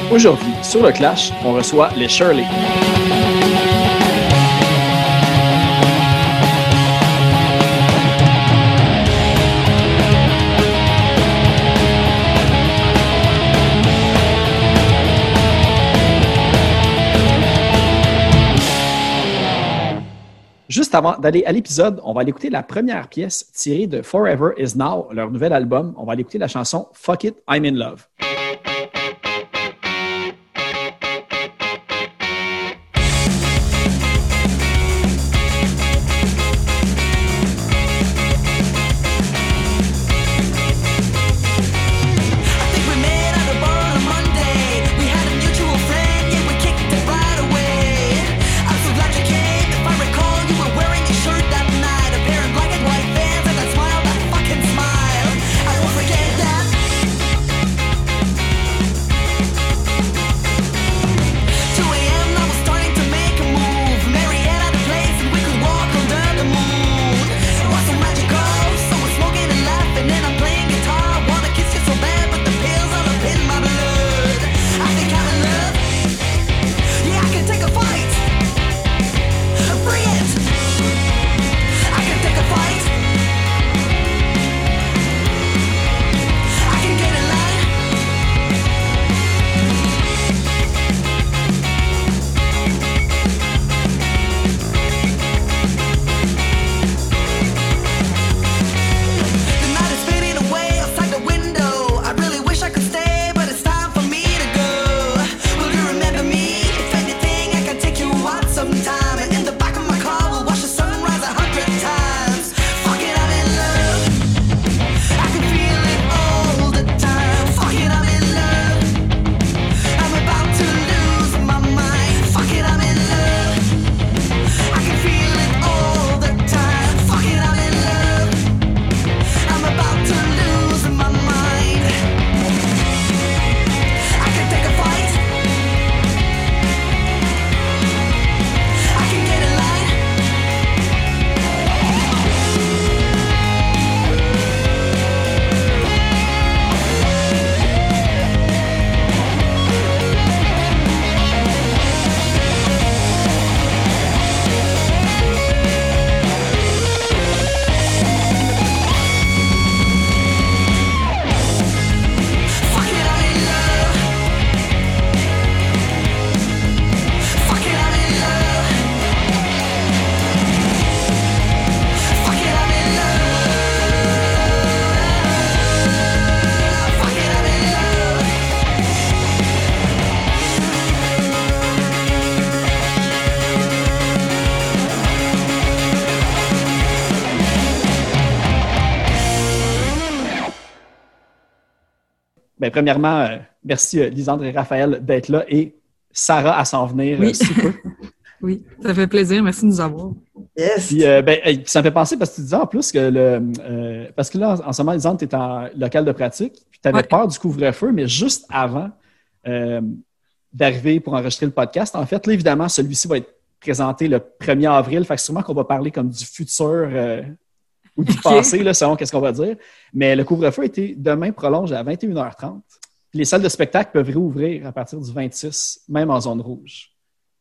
Aujourd'hui, sur le Clash, on reçoit les Shirley. Juste avant d'aller à l'épisode, on va aller écouter la première pièce tirée de Forever Is Now, leur nouvel album. On va aller écouter la chanson Fuck It, I'm in Love. Bien, premièrement, merci Lisandre et Raphaël d'être là et Sarah à s'en venir si peu. Oui, ça fait plaisir. Merci de nous avoir. Yes! Puis, ça me fait penser parce que tu disais en plus que parce que là, en ce moment, Lisandre, tu es en local de pratique, puis tu avais peur du couvre-feu, mais juste avant d'arriver pour enregistrer le podcast, en fait, là, évidemment, celui-ci va être présenté le 1er avril, fait que sûrement qu'on va parler comme du futur ou du passé, là, selon qu'est-ce qu'on va dire. Mais le couvre-feu demain prolonge à 21h30. Puis les salles de spectacle peuvent réouvrir à partir du 26, même en zone rouge.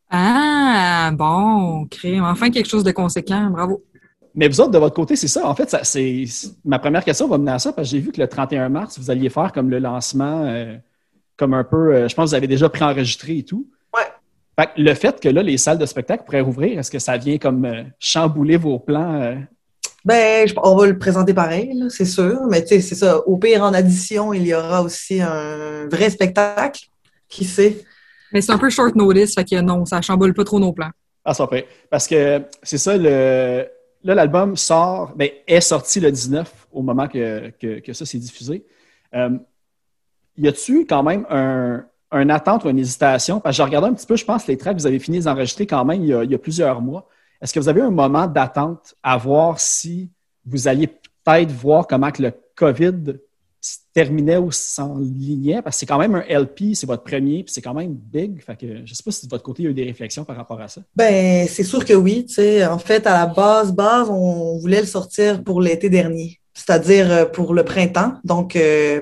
Ah, bon, crime. Enfin, quelque chose de conséquent. Bravo. Mais vous autres, de votre côté, c'est ça. En fait, ma première question va mener à ça parce que j'ai vu que le 31 mars, vous alliez faire comme le lancement, comme un peu, je pense que vous avez déjà préenregistré et tout. Ouais. Fait que le fait que là, les salles de spectacle pourraient rouvrir, est-ce que ça vient comme chambouler vos plans? On va le présenter pareil, là, c'est sûr. Mais tu sais, c'est ça. Au pire, en addition, il y aura aussi un vrai spectacle. Qui sait? Mais c'est un peu short notice, fait que non, ça chamboule pas trop nos plans. Ah, c'est pas prêt. Parce que c'est ça, là, l'album est sorti le 19 au moment que ça s'est diffusé. Y a-tu quand même un attente ou une hésitation? Parce que j'ai regardé un petit peu, je pense, les tracks que vous avez fini d'enregistrer quand même il y a plusieurs mois. Est-ce que vous avez un moment d'attente à voir si vous alliez peut-être voir comment que le COVID se terminait ou s'enlignait? Parce que c'est quand même un LP, c'est votre premier, puis c'est quand même big. Fait que je ne sais pas si de votre côté, il y a eu des réflexions par rapport à ça. Ben, c'est sûr que oui. Tu sais, en fait, à la base, on voulait le sortir pour l'été dernier, c'est-à-dire pour le printemps. Donc,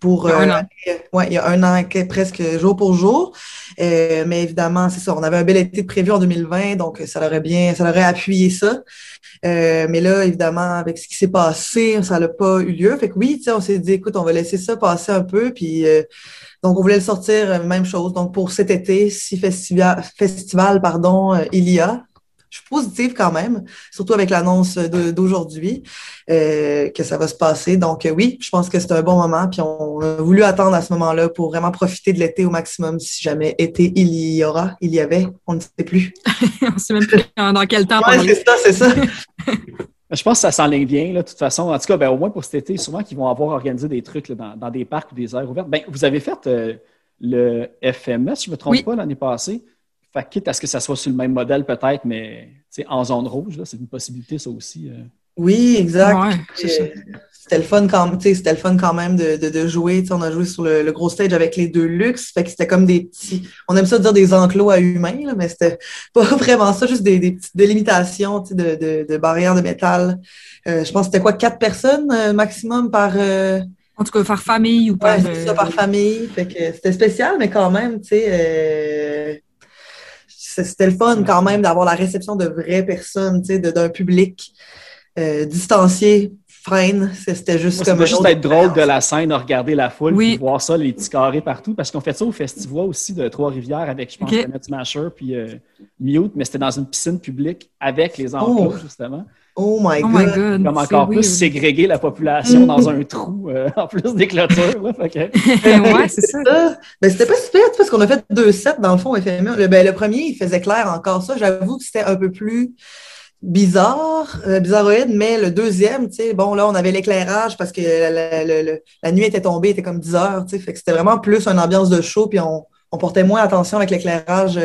pour... Il y a un an. Ouais, il y a un an, presque jour pour jour. Mais évidemment, c'est ça, on avait un bel été prévu en 2020, donc ça l'aurait appuyé ça. Mais là, évidemment, avec ce qui s'est passé, ça n'a pas eu lieu. Fait que oui, tu sais, on s'est dit, écoute, on va laisser ça passer un peu, puis donc on voulait le sortir, même chose. Donc pour cet été, si festival, pardon, il y a. Je suis positive quand même, surtout avec l'annonce d'aujourd'hui que ça va se passer. Donc oui, je pense que c'est un bon moment. Puis on a voulu attendre à ce moment-là pour vraiment profiter de l'été au maximum. Si jamais été il y avait, on ne sait plus. On ne sait même plus dans quel temps. Oui, c'est ça. Je pense que ça s'enligne bien, là, de toute façon. En tout cas, ben, au moins pour cet été, souvent qu'ils vont avoir organisé des trucs là, dans des parcs ou des aires ouvertes. Ben, vous avez fait le FMS, si je ne me trompe pas, l'année passée. Fait que quitte à ce que ça soit sur le même modèle peut-être, mais en zone rouge, là, c'est une possibilité, ça aussi. Oui, exact. Ouais, c'est ça. C'était le fun quand même de jouer. On a joué sur le gros stage avec les deux luxe. Fait que c'était comme des petits. On aime ça dire des enclos à humains, là, mais c'était pas vraiment ça, juste des petites délimitations de barrières de métal. Je pense que c'était quoi, 4 personnes maximum par. En tout cas, par famille ou par. Ouais, c'est ça, par famille. Fait que c'était spécial, mais quand même, tu sais. C'était le fun quand même d'avoir la réception de vraies personnes, tu sais, d'un public distancié, fine. C'était juste comme. Ça juste être drôle de la scène, de regarder la foule, oui. puis voir ça, les petits carrés partout, parce qu'on fait ça au Festival aussi de Trois-Rivières avec, je pense, Planet Smasher, puis Mute, mais c'était dans une piscine publique avec les enclos, justement. Oh my God! Comme encore plus ségréguer la population dans un trou, en plus des clôtures. Là, ouais, c'est ça. Mais c'était pas super, parce qu'on a fait 2 sets dans le fond, FME. Le premier, il faisait clair encore ça. J'avoue que c'était un peu plus bizarroïde, mais le deuxième, tu sais, bon, là, on avait l'éclairage parce que la nuit était tombée, il était comme 10 heures, tu sais, fait que c'était vraiment plus une ambiance de show, puis on portait moins attention avec l'éclairage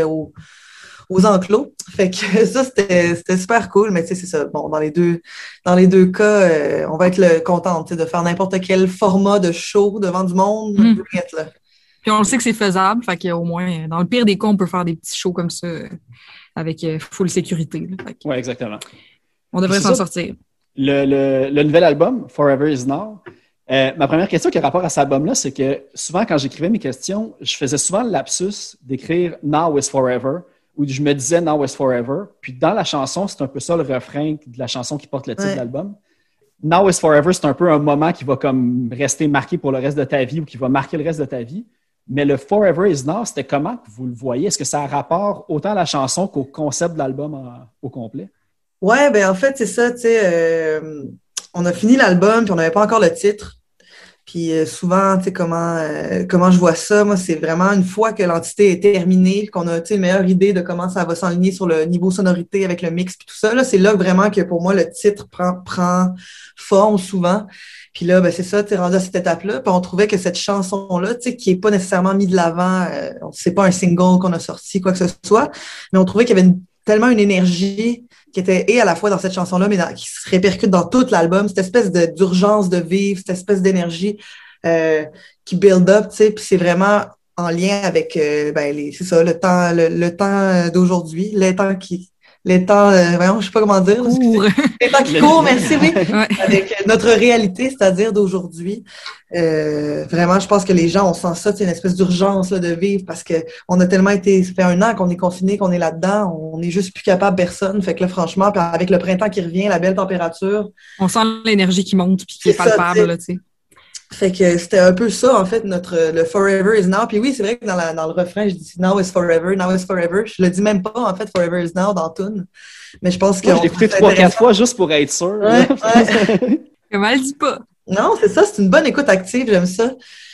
aux enclos. Fait que ça, c'était super cool, mais tu sais, c'est ça. Bon, dans les deux cas, on va être contente de faire n'importe quel format de show devant du monde. Là. Puis on le sait que c'est faisable, fait qu'au moins, dans le pire des cas, on peut faire des petits shows comme ça avec full sécurité. Oui, exactement. On devrait s'en sortir. Le nouvel album, Forever Is Now, ma première question qui a rapport à cet album-là, c'est que souvent, quand j'écrivais mes questions, je faisais souvent le lapsus d'écrire Now is Forever, où je me disais Now is Forever. Puis dans la chanson, c'est un peu ça le refrain de la chanson qui porte le titre de l'album. Now is Forever, c'est un peu un moment qui va comme rester marqué pour le reste de ta vie ou qui va marquer le reste de ta vie. Mais le Forever is Now, c'était comment que vous le voyez? Est-ce que ça a rapport autant à la chanson qu'au concept de l'album au complet? Ouais, ben en fait, c'est ça, tu sais, on a fini l'album puis on n'avait pas encore le titre. Puis souvent, tu sais, comment je vois ça, moi, c'est vraiment une fois que l'entité est terminée, qu'on a, tu sais, une meilleure idée de comment ça va s'enligner sur le niveau sonorité avec le mix puis tout ça, là, c'est là vraiment que pour moi, le titre prend forme souvent. Puis là, ben c'est ça, tu es rendu à cette étape-là. Puis on trouvait que cette chanson-là, tu sais, qui est pas nécessairement mise de l'avant, c'est pas un single qu'on a sorti, quoi que ce soit, mais on trouvait qu'il y avait tellement une énergie qui était et à la fois dans cette chanson-là, mais qui se répercute dans tout l'album, cette espèce d'urgence de vivre, cette espèce d'énergie qui build up, tu sais, puis c'est vraiment en lien avec c'est ça, le temps d'aujourd'hui, voyons, je sais pas comment dire. Les temps qui courent, merci, oui. Ouais. Avec notre réalité, c'est-à-dire d'aujourd'hui. Vraiment, je pense que les gens, on sent ça, c'est une espèce d'urgence là, de vivre parce que on a tellement été, ça fait 1 an qu'on est confiné, qu'on est là-dedans, on est juste plus capable personne. Fait que là, franchement, puis avec le printemps qui revient, la belle température. On sent l'énergie qui monte puis qui est palpable, là, tu sais. Fait que c'était un peu ça, en fait, le Forever is Now. Puis oui, c'est vrai que dans le refrain, je dis Now is Forever, Now is Forever. Je le dis même pas, en fait, Forever is Now dans Tune. Mais je pense que. Je l'ai écouté 3-4 fois juste pour être sûr. Ouais. Comme elle dit pas. Non, c'est ça, c'est une bonne écoute active, j'aime ça.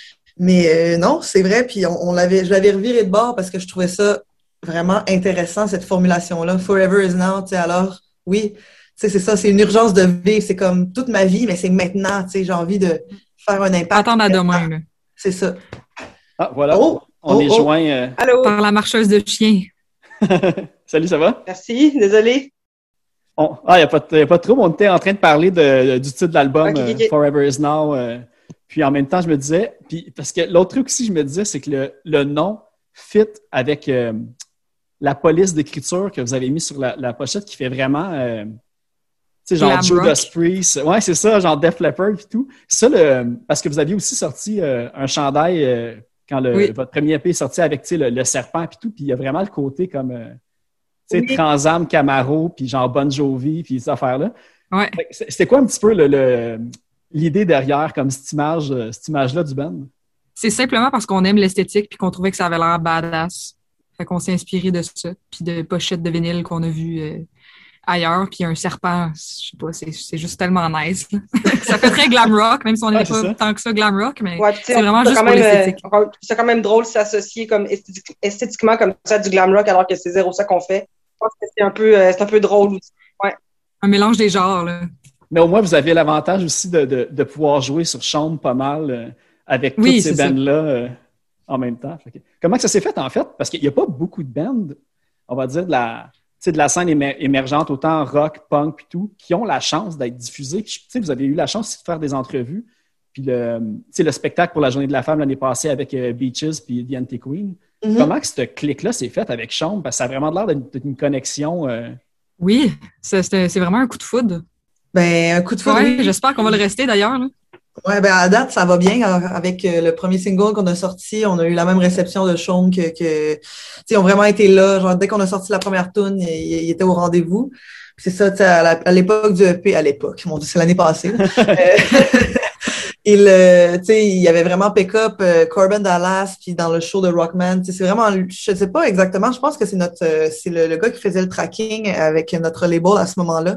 Mais non, c'est vrai. Puis je l'avais reviré de bord parce que je trouvais ça vraiment intéressant, cette formulation-là. Forever is Now, tu sais, alors, oui. Tu sais, c'est ça, c'est une urgence de vivre. C'est comme toute ma vie, mais c'est maintenant, tu sais, j'ai envie de faire un impact. Attendre à demain, là. C'est ça. Ah, voilà. On est joint. Allô? Par la marcheuse de chien. Salut, ça va? Merci, désolé. Il n'y a pas de trouble. On était en train de parler du titre de l'album, okay. Forever is Now. Puis en même temps, je me disais, parce que l'autre truc aussi, je me disais, c'est que le nom fit avec la police d'écriture que vous avez mis sur la pochette qui fait vraiment sais, genre Glam rock. Judas Priest. Ouais, c'est ça, genre Def Leppard et tout. Ça, parce que vous aviez aussi sorti un chandail quand votre premier EP est sorti avec, tu sais, le serpent et tout, puis il y a vraiment le côté comme, tu sais, Trans Am, Camaro, puis genre Bon Jovi, puis ces affaires-là. Ouais. C'était quoi un petit peu l'idée derrière comme cette image-là du band? C'est simplement parce qu'on aime l'esthétique puis qu'on trouvait que ça avait l'air badass. Fait qu'on s'est inspiré de ça, puis de pochettes de vinyle qu'on a vues ailleurs, puis un serpent, je sais pas, c'est juste tellement nice. Là. Ça fait très glam rock, même si on n'est pas tant que ça glam rock, mais c'est vraiment juste pour l'esthétique. C'est quand même drôle de s'associer comme esthétiquement comme ça du glam rock alors que c'est zéro ça qu'on fait. Je pense que c'est un peu drôle aussi. Ouais. Un mélange des genres, là. Mais au moins, vous avez l'avantage aussi de pouvoir jouer sur chambre pas mal avec toutes ces bands-là en même temps. Comment que ça s'est fait, en fait? Parce qu'il n'y a pas beaucoup de bands, on va dire, de la scène émergente, autant rock, punk et tout, qui ont la chance d'être diffusés. Puis, vous avez eu la chance de faire des entrevues. Puis le spectacle pour la Journée de la Femme l'année passée avec Beaches puis The Anti-Queen. Mm-hmm. Comment que ce clic-là s'est fait avec Chambre? Parce que ça a vraiment l'air d'être une connexion. Oui, c'est vraiment un coup de foudre. Ben, un coup de foudre. Ouais, j'espère qu'on va le rester d'ailleurs. Là. Ouais, ben à date, ça va bien. Avec le premier single qu'on a sorti, on a eu la même réception de Sean que ils ont vraiment été là. Genre, dès qu'on a sorti la première tune, ils étaient au rendez-vous. Puis c'est ça, à l'époque du EP, mon Dieu, c'est l'année passée. Il y avait vraiment pick-up Corbin Dallas, puis dans le show de Rockman. C'est vraiment, je sais pas exactement, je pense que c'est le gars qui faisait le tracking avec notre label à ce moment-là.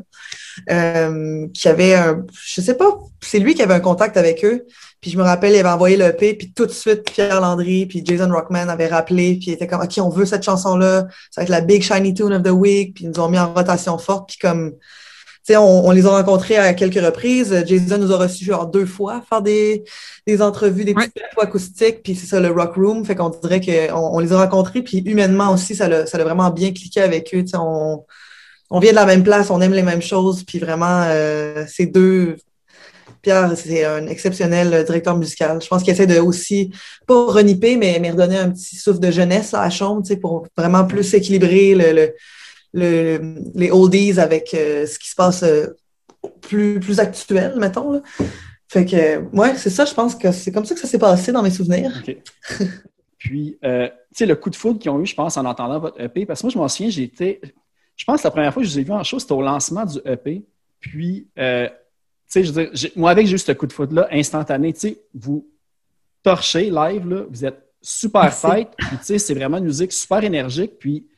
Qui avait je sais pas, c'est lui qui avait un contact avec eux. Puis je me rappelle, il avait envoyé le EP, puis tout de suite, Pierre Landry, puis Jason Rockman avaient rappelé, puis il était comme, OK, on veut cette chanson-là, ça va être la Big Shiny Tune of the Week, puis ils nous ont mis en rotation forte, puis comme, tu sais, on les a rencontrés à quelques reprises. Jason nous a reçus genre 2 fois faire des entrevues, des petites acoustiques, puis c'est ça, le Rock Room, fait qu'on dirait qu'on les a rencontrés, puis humainement aussi, ça a vraiment bien cliqué avec eux, tu sais, on vient de la même place, on aime les mêmes choses, puis vraiment, ces deux... Pierre, c'est un exceptionnel directeur musical. Je pense qu'il essaie de aussi, pas reniper, mais redonner un petit souffle de jeunesse là, à Chambre, tu sais, pour vraiment plus équilibrer les oldies avec ce qui se passe plus actuel, mettons. Là. Fait que, ouais, c'est ça, je pense que c'est comme ça que ça s'est passé dans mes souvenirs. OK. Puis, tu sais, le coup de foudre qu'ils ont eu, je pense, en entendant votre EP, parce que moi, je m'en souviens, je pense que la première fois que je vous ai vu en show, c'était au lancement du EP. Puis, tu sais, je veux dire, moi, avec juste ce coup de foudre-là, instantané, tu sais, vous torchez live, là, vous êtes super tight, puis tu sais, c'est vraiment une musique super énergique. Puis,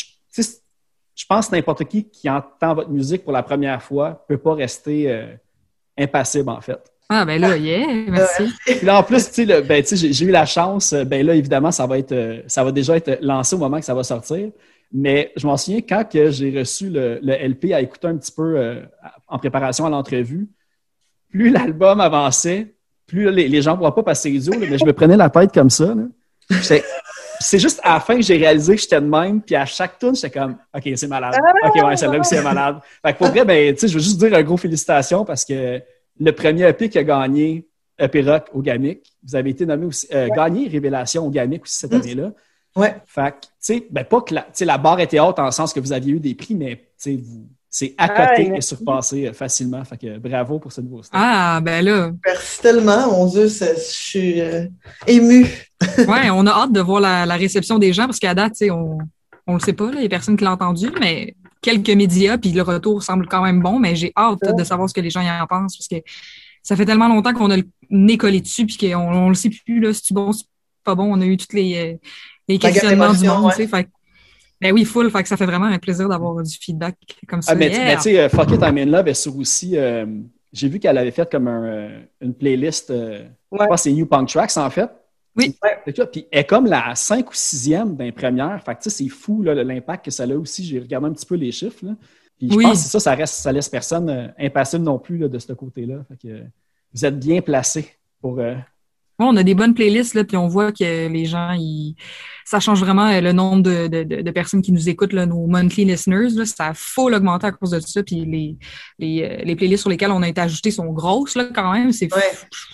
je pense que n'importe qui entend votre musique pour la première fois peut pas rester impassible, en fait. Ah, ben là, merci. Puis là, en plus, tu sais, j'ai eu la chance, ben là, évidemment, ça va déjà être lancé au moment que ça va sortir. Mais je m'en souviens, quand que j'ai reçu le LP à écouter un petit peu en préparation à l'entrevue, plus l'album avançait, plus là, les gens ne voient pas passer idiot, mais je me prenais la tête comme ça. Là. C'est juste à la fin que j'ai réalisé que j'étais de même, puis à chaque tune, j'étais comme « OK, c'est malade. OK, ouais, celle-là aussi est malade. » Fait que pour vrai, ben, tu sais, je veux juste dire un gros félicitations parce que le premier EP qui a gagné EP Rock au GAMIC, vous avez été nommé aussi, gagné Révélation au GAMIC aussi cette année-là. Ouais. Fait que, tu sais, ben pas que la barre était haute en le sens que vous aviez eu des prix, mais tu sais, c'est à côté et surpassé facilement. Fait que bravo pour ce nouveau style. Ah, ben là. Merci tellement, mon Dieu, je suis émue. Ouais, on a hâte de voir la réception des gens parce qu'à date, tu sais, on le sait pas, là, il y a personne qui l'a entendu, mais quelques médias, puis le retour semble quand même bon, mais j'ai hâte de savoir ce que les gens y en pensent parce que ça fait tellement longtemps qu'on a le nez collé dessus puis qu'on le sait plus, là, si c'est bon, si c'est pas bon. On a eu toutes les questionnements du monde, tu sais. Fait ben oui, full. Fait que ça fait vraiment un plaisir d'avoir du feedback comme ça. Mais tu sais, Fuck It, I'm in Love est sur aussi. J'ai vu qu'elle avait fait comme une playlist. Je pense que c'est New Punk Tracks, en fait. Oui. Puis elle est comme la 5 ou 6e d'un première. Fait que tu sais, c'est fou là, l'impact que ça a aussi. J'ai regardé un petit peu les chiffres. Là. Puis je pense que ça laisse personne impassible non plus là, de ce côté-là. Fait que vous êtes bien placés pour. On a des bonnes playlists, là, puis on voit que les gens, ça change vraiment le nombre de personnes qui nous écoutent, là, nos monthly listeners. Là, ça a full augmenté à cause de ça. Puis les playlists sur lesquelles on a été ajoutés sont grosses là, quand même. C'est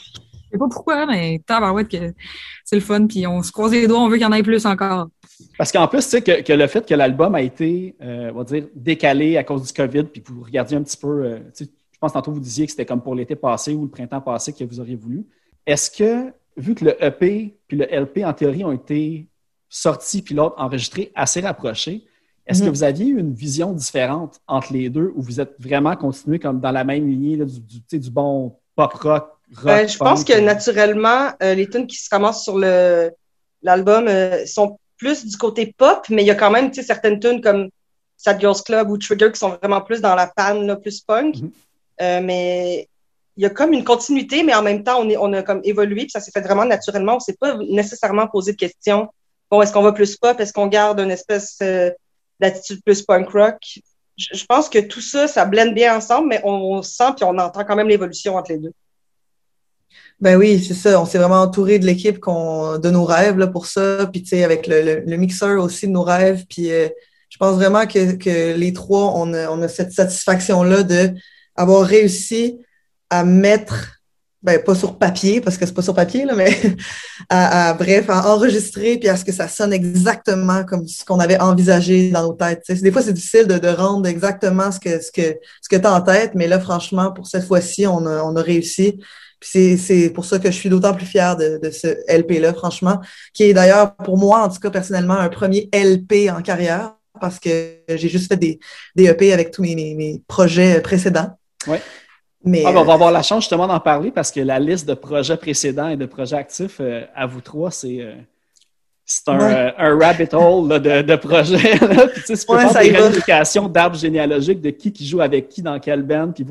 Je sais pas pourquoi, mais tabarouette que c'est le fun, puis on se croise les doigts, on veut qu'il y en ait plus encore. Parce qu'en plus, tu sais, que le fait que l'album a été, on va dire, décalé à cause du COVID, puis que vous regardiez un petit peu, tu sais, je pense tantôt vous disiez que c'était comme pour l'été passé ou le printemps passé que vous auriez voulu. Est-ce que, vu que le EP puis le LP, en théorie, ont été sortis puis l'autre enregistré assez rapprochés, est-ce que vous aviez eu une vision différente entre les deux ou vous êtes vraiment continué comme dans la même lignée là, tu sais, du bon pop rock, Je pense que naturellement, les tunes qui se ramassent sur l'album sont plus du côté pop, mais il y a quand même certaines tunes comme Sad Girls Club ou Trigger qui sont vraiment plus dans la panne, là, plus punk. Mais il y a comme une continuité, mais en même temps, on a comme évolué, puis ça s'est fait vraiment naturellement. On ne s'est pas nécessairement posé de questions. Bon, est-ce qu'on va plus pop? Est-ce qu'on garde une espèce d'attitude plus punk rock? Je pense que tout ça, ça blende bien ensemble, mais on sent puis on entend quand même l'évolution entre les deux. Ben oui, c'est ça. On s'est vraiment entouré de l'équipe de nos rêves là, pour ça. Puis tu sais, avec le mixeur aussi de nos rêves. Puis je pense vraiment que les trois, on a cette satisfaction-là de avoir réussi à mettre, ben pas sur papier, parce que c'est pas sur papier, là, mais bref, à enregistrer puis à ce que ça sonne exactement comme ce qu'on avait envisagé dans nos têtes. Tu sais, des fois, c'est difficile de rendre exactement ce que tu as en tête, mais là, franchement, pour cette fois-ci, on a réussi. Puis c'est pour ça que je suis d'autant plus fière de ce LP-là, franchement, qui est d'ailleurs, pour moi, en tout cas, personnellement, un premier LP en carrière, parce que j'ai juste fait des EP avec tous mes projets précédents. Oui. Mais, on va avoir la chance justement d'en parler parce que la liste de projets précédents et de projets actifs, à vous trois, c'est un rabbit hole là, de projets. Là. Puis, tu sais, tu peux faire des réunifications d'arbres généalogiques de qui joue avec qui dans quelle band. Puis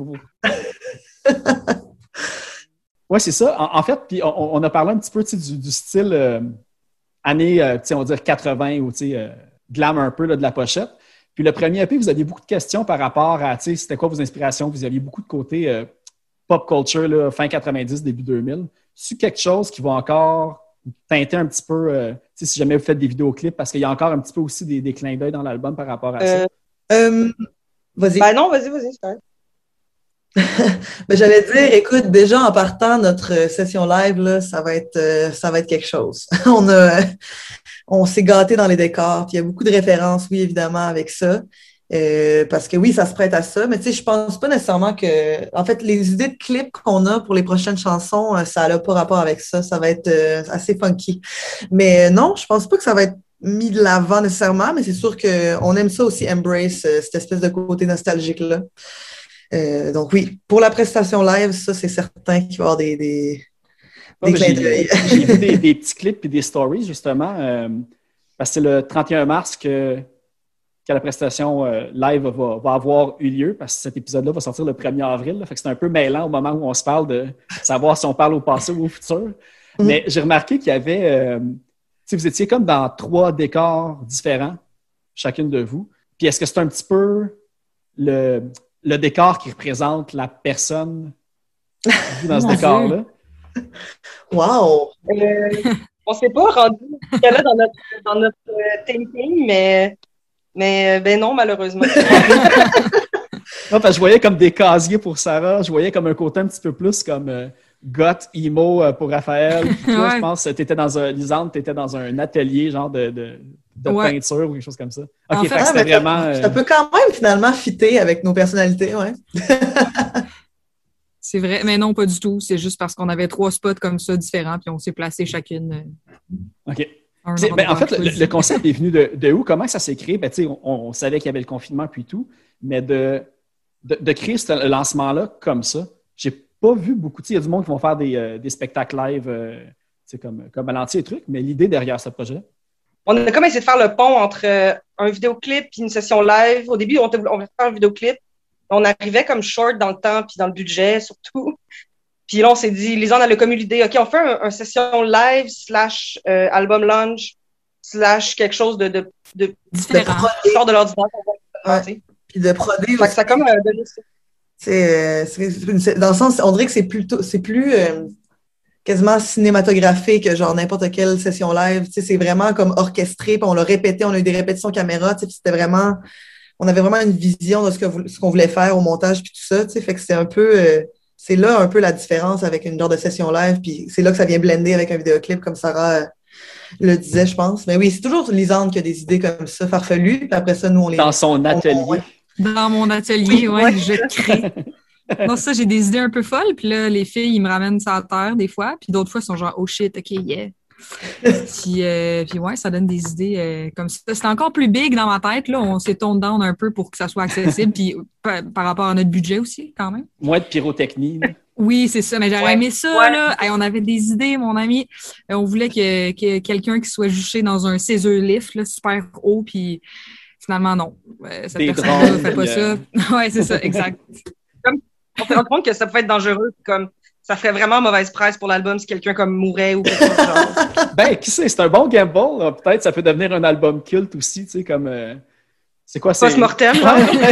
oui, c'est ça. En fait, puis on a parlé un petit peu du style années, on va dire 80 ou glam un peu là, de la pochette. Puis le premier EP, vous aviez beaucoup de questions par rapport à, c'était quoi vos inspirations? Vous aviez beaucoup de côté pop culture, là, fin 90, début 2000. C'est quelque chose qui va encore teinter un petit peu, si jamais vous faites des vidéoclips, parce qu'il y a encore un petit peu aussi des clins d'œil dans l'album par rapport à ça. Vas-y. Ben non, vas-y, c'est correct. Ben, j'allais dire, écoute, déjà en partant notre session live, là, ça va être quelque chose. On s'est gâté dans les décors, puis il y a beaucoup de références, oui, évidemment, avec ça. Parce que oui, ça se prête à ça, mais tu sais, je pense pas nécessairement que... En fait, les idées de clips qu'on a pour les prochaines chansons, ça n'a pas rapport avec ça. Ça va être assez funky. Mais non, je pense pas que ça va être mis de l'avant nécessairement, mais c'est sûr qu'on aime ça aussi, embrace cette espèce de côté nostalgique-là. Donc oui, pour la prestation live, ça, c'est certain qu'il va y avoir des clins d'œil. J'ai vu des petits clips et des stories, justement, parce que c'est le 31 mars que la prestation live va avoir eu lieu, parce que cet épisode-là va sortir le 1er avril. Là, fait que c'est un peu mêlant au moment où on se parle de savoir si on parle au passé ou au futur. Mais j'ai remarqué qu'il y avait... vous étiez comme dans 3 décors différents, chacune de vous. Puis est-ce que c'est un petit peu le décor qui représente la personne dans ce décor-là? Wow! On ne s'est pas rendu là dans notre thinking, mais ben non, malheureusement. Non, parce que je voyais comme des casiers pour Sarah, je voyais comme un côté un petit peu plus comme goth, emo pour Raphaël. Puis toi, je pense que Lisande, tu étais dans un atelier genre de peinture ou quelque chose comme ça. OK, fait que c'était vraiment... Ça peut quand même finalement fitter avec nos personnalités, ouais. C'est vrai, mais non, pas du tout. C'est juste parce qu'on avait 3 spots comme ça différents, puis on s'est placé chacune. OK. En fait, le concept est venu de où? Comment ça s'est créé? Ben, on savait qu'il y avait le confinement puis tout, mais de créer ce lancement-là comme ça, j'ai pas vu beaucoup. Il y a du monde qui vont faire des spectacles live comme à l'entier truc, mais l'idée derrière ce projet? On a comme essayé de faire le pont entre un vidéoclip et une session live. Au début, on voulait faire un vidéoclip. On arrivait comme short dans le temps puis dans le budget, surtout. Puis là, on s'est dit, les gens avaient comme eu l'idée, OK, on fait un session live / album launch / quelque chose de différent. Qui sort de l'ordinaire. Ouais. Puis de proder aussi. Ça comme donné ça. C'est dans le sens, on dirait que c'est plus quasiment cinématographique, genre n'importe quelle session live. C'est vraiment comme orchestré, puis on l'a répété, on a eu des répétitions caméra, puis c'était vraiment... On avait vraiment une vision de ce qu'on voulait faire au montage puis tout ça, fait que c'est un peu c'est là un peu la différence avec une genre de session live, puis c'est là que ça vient blender avec un vidéoclip, comme Sarah le disait, je pense. Mais oui, c'est toujours Lisande qui a des idées comme ça, farfelues, puis après ça, nous, on les... Dans son atelier. Dans mon atelier, ouais, je crée. Non, ça, j'ai des idées un peu folles, puis là, les filles, ils me ramènent ça à terre des fois, puis d'autres fois, ils sont genre « Oh shit, OK, yeah ». Puis ouais, ça donne des idées comme ça. C'est encore plus big dans ma tête, là. On s'est tone down un peu pour que ça soit accessible, puis par rapport à notre budget aussi, quand même. Moins de pyrotechnie, là. Oui, c'est ça, mais j'aurais aimé ça, là. Hey, on avait des idées, mon ami. On voulait que quelqu'un qui soit juché dans un scissor lift, là, super haut, puis finalement, non. Cette personne-là ne fait pas ça. Ouais, c'est ça, exact. On s'est rendu compte que ça pouvait être dangereux, comme ça ferait vraiment mauvaise presse pour l'album si quelqu'un comme mourait ou quelque chose genre. Ben, qui sait, c'est un bon gamble, là. Peut-être ça peut devenir un album culte aussi, tu sais, comme... c'est quoi, c'est... Post-mortem, Tu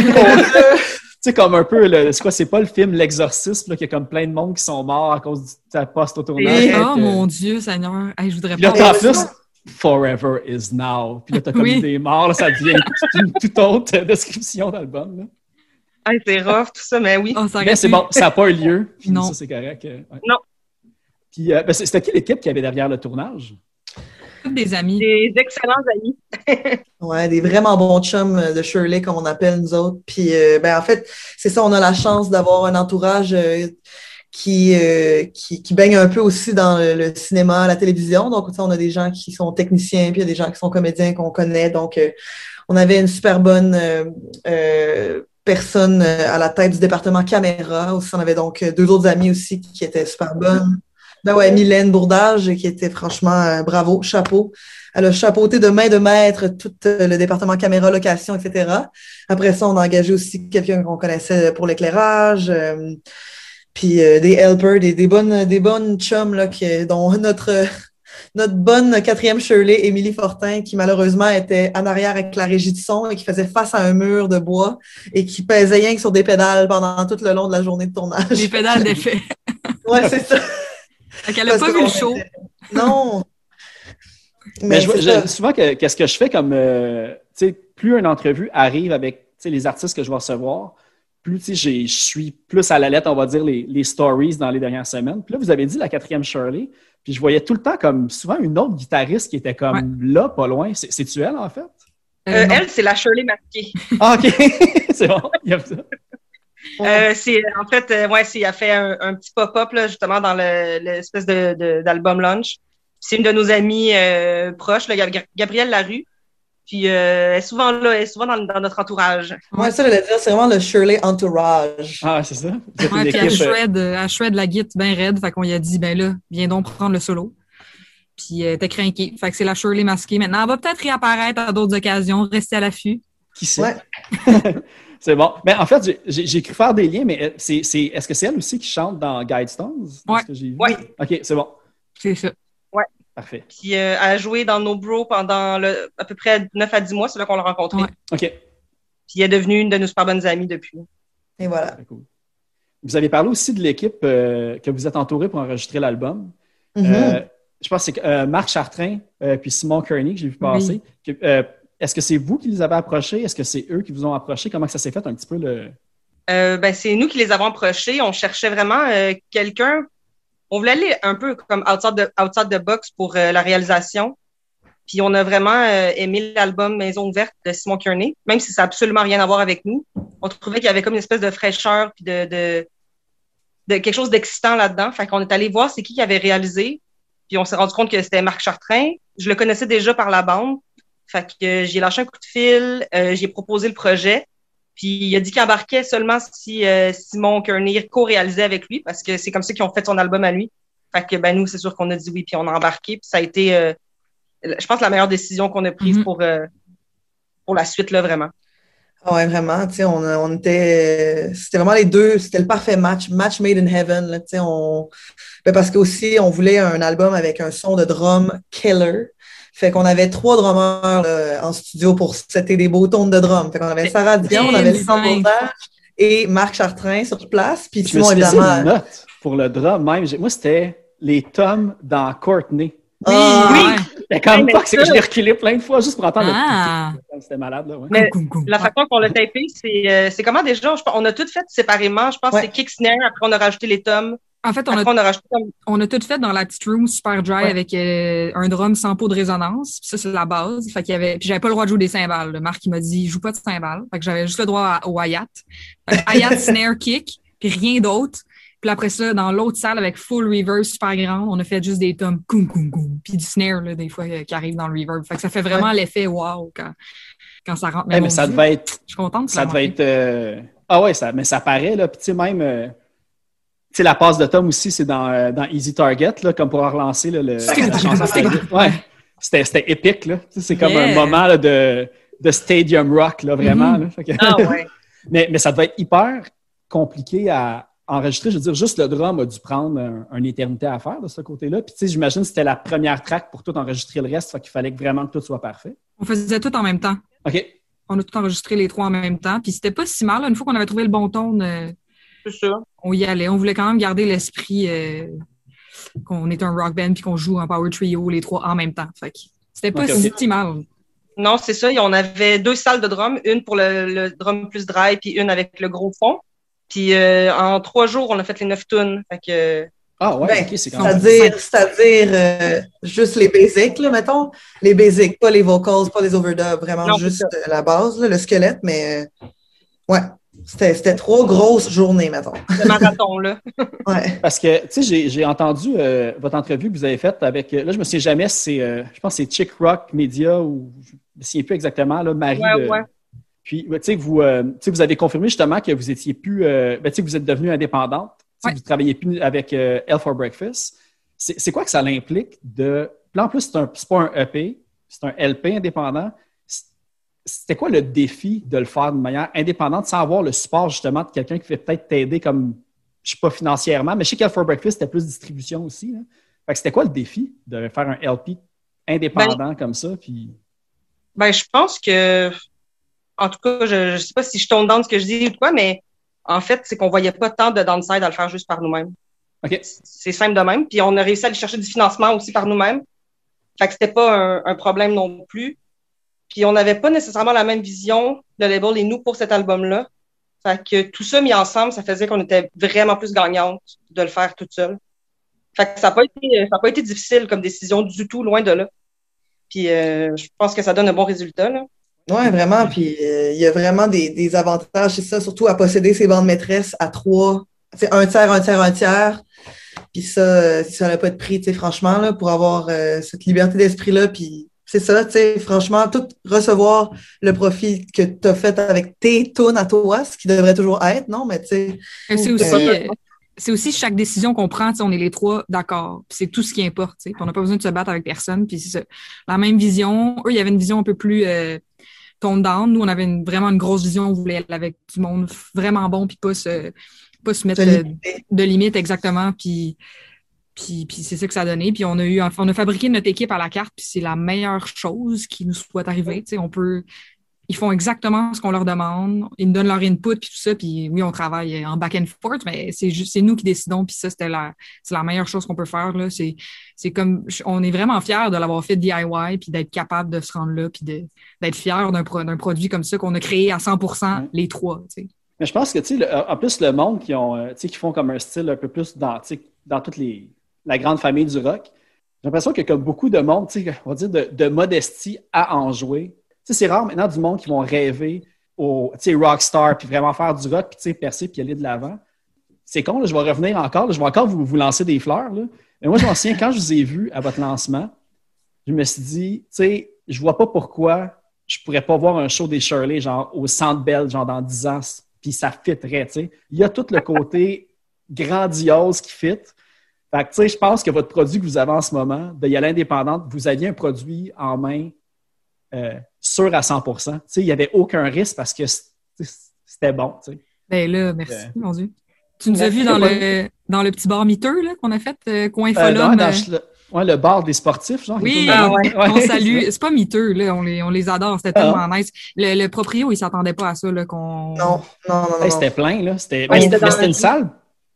sais, comme un peu, c'est quoi, c'est pas le film L'Exorcisme, là, qu'il y a comme plein de monde qui sont morts à cause du poste au tournage. Oh mon Dieu, Seigneur. Hey, je voudrais pas... pas... Là, t'en plus, Forever is now. Puis là, t'as comme des morts, là, ça devient une toute autre description d'album, là. Hey, c'est rough, tout ça, mais oui. Oh, mais c'est bon, ça n'a pas eu lieu. Puis non. Ça, c'est correct. Ouais. Non. Puis, c'était qui l'équipe qui avait derrière le tournage? Toutes des amis. Des excellents amis. Ouais, des vraiment bons chums de Shirley, comme on appelle nous autres. Puis, en fait, c'est ça, on a la chance d'avoir un entourage qui baigne un peu aussi dans le cinéma, la télévision. Donc, on a des gens qui sont techniciens, puis il y a des gens qui sont comédiens qu'on connaît. Donc, on avait une super bonne personne à la tête du département caméra. Aussi, on avait donc 2 autres amis aussi qui étaient super bonnes. Ben ouais, Mylène Bourdage, qui était franchement bravo, chapeau. Elle a chapeauté de main de maître tout le département caméra, location, etc. Après ça, on a engagé aussi quelqu'un qu'on connaissait pour l'éclairage. Puis des helpers, des bonnes chums là, dont notre bonne 4e Shirley, Émilie Fortin, qui malheureusement était en arrière avec la régie de son et qui faisait face à un mur de bois et qui pesait rien que sur des pédales pendant tout le long de la journée de tournage. Des pédales d'effet. Ouais, c'est ça. Fait qu'elle n'a pas vu le show. Non. Mais souvent, qu'est-ce que je fais comme, tu sais, plus une entrevue arrive avec les artistes que je vais recevoir, plus je suis plus à la lettre, on va dire, les stories dans les dernières semaines. Puis là, vous avez dit la 4e Shirley, puis je voyais tout le temps comme souvent une autre guitariste qui était comme là, pas loin. C'est-tu elle, en fait? Elle, c'est la Shirley masquée. Ah, OK. C'est bon, il y a ça. En fait, elle a fait un petit pop-up là, justement dans l'espèce d'album launch. C'est une de nos amies proches, là, Gabrielle Larue. Puis elle est souvent là, elle est souvent dans notre entourage. Ouais, ça, je voulais dire, c'est vraiment le Shirley entourage. Ah, c'est ça. Ouais, puis elle shred la guitare bien raide. Fait qu'on lui a dit, ben là, viens donc prendre le solo. Puis t'es craqué. Fait que c'est la Shirley masquée. Maintenant, elle va peut-être réapparaître à d'autres occasions. Restez à l'affût. Qui sait? Ouais. C'est bon. Mais en fait, j'ai cru faire des liens, mais est-ce que c'est elle aussi qui chante dans Guidestones? Ouais. Oui. OK, c'est bon. C'est ça. Ouais. Parfait. Puis elle a joué dans No Bro pendant à peu près 9 à 10 mois. C'est là qu'on l'a rencontrée. Ouais. OK. Puis elle est devenue une de nos super bonnes amies depuis. Et voilà. Cool. Vous avez parlé aussi de l'équipe que vous êtes entouré pour enregistrer l'album. Mm-hmm. Je pense que c'est Marc Chartrain puis Simon Kearney que j'ai vu passer. Oui. Est-ce que c'est vous qui les avez approchés? Est-ce que c'est eux qui vous ont approché? Comment ça s'est fait un petit peu? C'est nous qui les avons approchés. On cherchait vraiment quelqu'un. On voulait aller un peu comme outside the box pour la réalisation. Puis on a vraiment aimé l'album Maison ouverte de Simon Kearney, même si ça n'a absolument rien à voir avec nous. On trouvait qu'il y avait comme une espèce de fraîcheur puis de quelque chose d'excitant là-dedans. Fait qu'on est allé voir c'est qui avait réalisé. Puis on s'est rendu compte que c'était Marc Chartrain. Je le connaissais déjà par la bande. Fait que j'ai lâché un coup de fil, j'ai proposé le projet. Puis il a dit qu'il embarquait seulement si Simon Kearney co-réalisait avec lui, parce que c'est comme ça qu'ils ont fait son album à lui. Fait que nous, c'est sûr qu'on a dit oui, puis on a embarqué. Puis ça a été, je pense, la meilleure décision qu'on a prise pour la suite, là, vraiment. Ouais, vraiment. Tu sais, on était, c'était vraiment les deux, c'était le parfait match made in heaven. Là, tu sais, parce qu'aussi, on voulait un album avec un son de drum killer. Fait qu'on avait 3 drummers en studio pour setter des beaux tons de drum. Fait qu'on avait Sarah Dion, on avait Lisande Bourdage et Marc Chartrain sur place. Puis Simon, évidemment. Une note pour le drum même. Moi, c'était les toms dans Courtney. Oui. Mais comme mais pas que ça- je l'ai reculé plein de fois juste pour entendre Ah! le piquer. C'était malade, là, ouais. Mais Goum, goum, goum. la façon qu'on l'a tapé, c'est comment déjà? On a tout fait séparément. Je pense que Ouais. c'est kick snare, après on a rajouté les toms, En fait, après on a rajouté comme. on a tout fait dans la petite room super dry Ouais. avec un drum sans pot de résonance. Puis ça, c'est la base. Fait qu'il y avait, puis j'avais pas le droit de jouer des cymbales. Le Marc, il m'a dit, joue pas de cymbales. Fait que j'avais juste le droit au hi-hat. Fait que hi-hat, snare, kick, puis rien d'autre. Puis après ça, dans l'autre salle avec full reverb super grande, on a fait juste des toms, goum, goum, goum. Puis du snare, là, des fois, qui arrive dans le reverb. Fait que ça fait vraiment l'effet wow quand ça rentre. Mais mon ça Dieu, devait être. je suis contente que Ça a devait marché. être. Ah ouais, mais ça paraît, là. Puis tu sais, même. Tu sais, la passe de Tom aussi, c'est dans Easy Target, là, comme pour relancer là, la chanson. Ouais. C'était épique, là. Tu sais, c'est comme un moment là, de stadium rock, là, vraiment. Là. Fait que- Ah ouais. mais ça devait être hyper compliqué à enregistrer. Je veux dire, juste le drum a dû prendre une éternité à faire de ce côté-là. Puis, tu sais, j'imagine que c'était la première track pour tout enregistrer le reste. Fait qu'il fallait vraiment que tout soit parfait. On faisait tout en même temps. OK. On a tout enregistré les trois en même temps. Puis c'était pas si mal. Là. Une fois qu'on avait trouvé le bon ton, C'est ça. on y allait. On voulait quand même garder l'esprit qu'on est un rock band puis qu'on joue en power trio les trois en même temps. Fait que c'était pas Ok. si mal. Non, c'est ça. On avait 2 salles de drum, une pour le drum plus dry, puis une avec le gros fond. Puis en 3 jours, on a fait les 9 tunes. Fait que Ah ouais, Ben, OK, c'est quand même... c'est-à-dire juste les basics, là, mettons. Les basics, pas les vocals, pas les overdubs, vraiment Non, juste la base, là, le squelette, mais ouais. C'était 3 grosses journées, mettons. le marathon, là. Ouais. Parce que, tu sais, j'ai entendu votre entrevue que vous avez faite avec... là, je me souviens jamais si c'est... je pense que c'est Chick Rock Media ou... Je me souviens plus exactement, là, Marie. Ouais. Puis, tu sais, vous avez confirmé justement que vous étiez plus... tu sais, que vous êtes devenue indépendante. Tu sais, vous ne travaillez plus avec Hell for Breakfast. C'est quoi que ça l'implique de... Puis là, en plus, c'est pas un EP, c'est un LP indépendant. C'était quoi le défi de le faire de manière indépendante sans avoir le support justement de quelqu'un qui fait peut-être t'aider comme, je sais pas financièrement, mais je sais qu'Hell for Breakfast, c'était plus distribution aussi. Là. Fait que c'était quoi le défi de faire un LP indépendant comme ça? Puis... Ben, je pense que, en tout cas, je sais pas si je tombe dans ce que je dis ou quoi, mais en fait, c'est qu'on voyait pas tant de downside à le faire juste par nous-mêmes. OK. C'est simple de même. Puis on a réussi à aller chercher du financement aussi par nous-mêmes. Fait que c'était pas un problème non plus. Puis on n'avait pas nécessairement la même vision, le label et nous, pour cet album-là. Fait que tout ça mis ensemble, ça faisait qu'on était vraiment plus gagnante de le faire toute seule. Fait que ça n'a pas été difficile comme décision du tout, loin de là. Puis je pense que ça donne un bon résultat, là. Ouais, vraiment. Puis il y a vraiment des avantages, c'est ça, surtout à posséder ses bandes maîtresses à 3. C'est un tiers. Puis ça, si ça n'a pas de prix, tu sais, franchement, là, pour avoir cette liberté d'esprit-là, puis c'est ça, tu sais, franchement, tout recevoir le profit que tu as fait avec tes tunes à toi, ce qui devrait toujours être, non? Mais tu sais. C'est aussi chaque décision qu'on prend, on est les trois d'accord. Puis c'est tout ce qui importe. Puis on n'a pas besoin de se battre avec personne. Puis c'est ça. La même vision. Eux, il y avait une vision un peu plus tone down. Nous, on avait vraiment une grosse vision. On voulait aller avec du monde vraiment bon, puis pas se mettre de limites exactement. Puis c'est ça que ça a donné. Puis on a fabriqué notre équipe à la carte, puis c'est la meilleure chose qui nous soit arrivée. Ils font exactement ce qu'on leur demande. Ils nous donnent leur input, puis tout ça. Puis oui, on travaille en back and forth, mais c'est nous qui décidons. Puis ça, c'est la meilleure chose qu'on peut faire, là. C'est comme, on est vraiment fiers de l'avoir fait DIY, puis d'être capable de se rendre là, puis d'être fiers d'un produit comme ça qu'on a créé à 100%, les trois, tu sais. Mais je pense que, tu sais, en plus, le monde qui font comme un style un peu plus dans toute la grande famille du rock, j'ai l'impression qu'il y a comme beaucoup de monde, tu sais, on va dire de modestie à en jouer. Tu sais, c'est rare maintenant du monde qui vont rêver au rockstar, puis vraiment faire du rock, puis percer, puis aller de l'avant. C'est con, là, je vais revenir encore, là, je vais encore vous lancer des fleurs. Là. Mais moi, je m'en souviens, quand je vous ai vu à votre lancement, je me suis dit, tu sais, je vois pas pourquoi je pourrais pas voir un show des Shirley, genre au Centre Bell, genre dans 10 ans, puis ça fitterait, tu sais. Il y a tout le côté grandiose qui fit. Fait que, tu sais, je pense que votre produit que vous avez en ce moment, de y aller indépendante, vous aviez un produit en main sûr à 100%. Tu sais, il n'y avait aucun risque parce que c'était bon, tu sais. Ben là, merci, mon Dieu. Tu nous as vus dans le petit bar miteux là, qu'on a fait, coin Folum. Le bar des sportifs, genre. Oui, on salue. C'est pas miteux, là, on les adore, c'était tellement nice. Le proprio, il s'attendait pas à ça, là, qu'on... Non. C'était plein, là. C'était une salle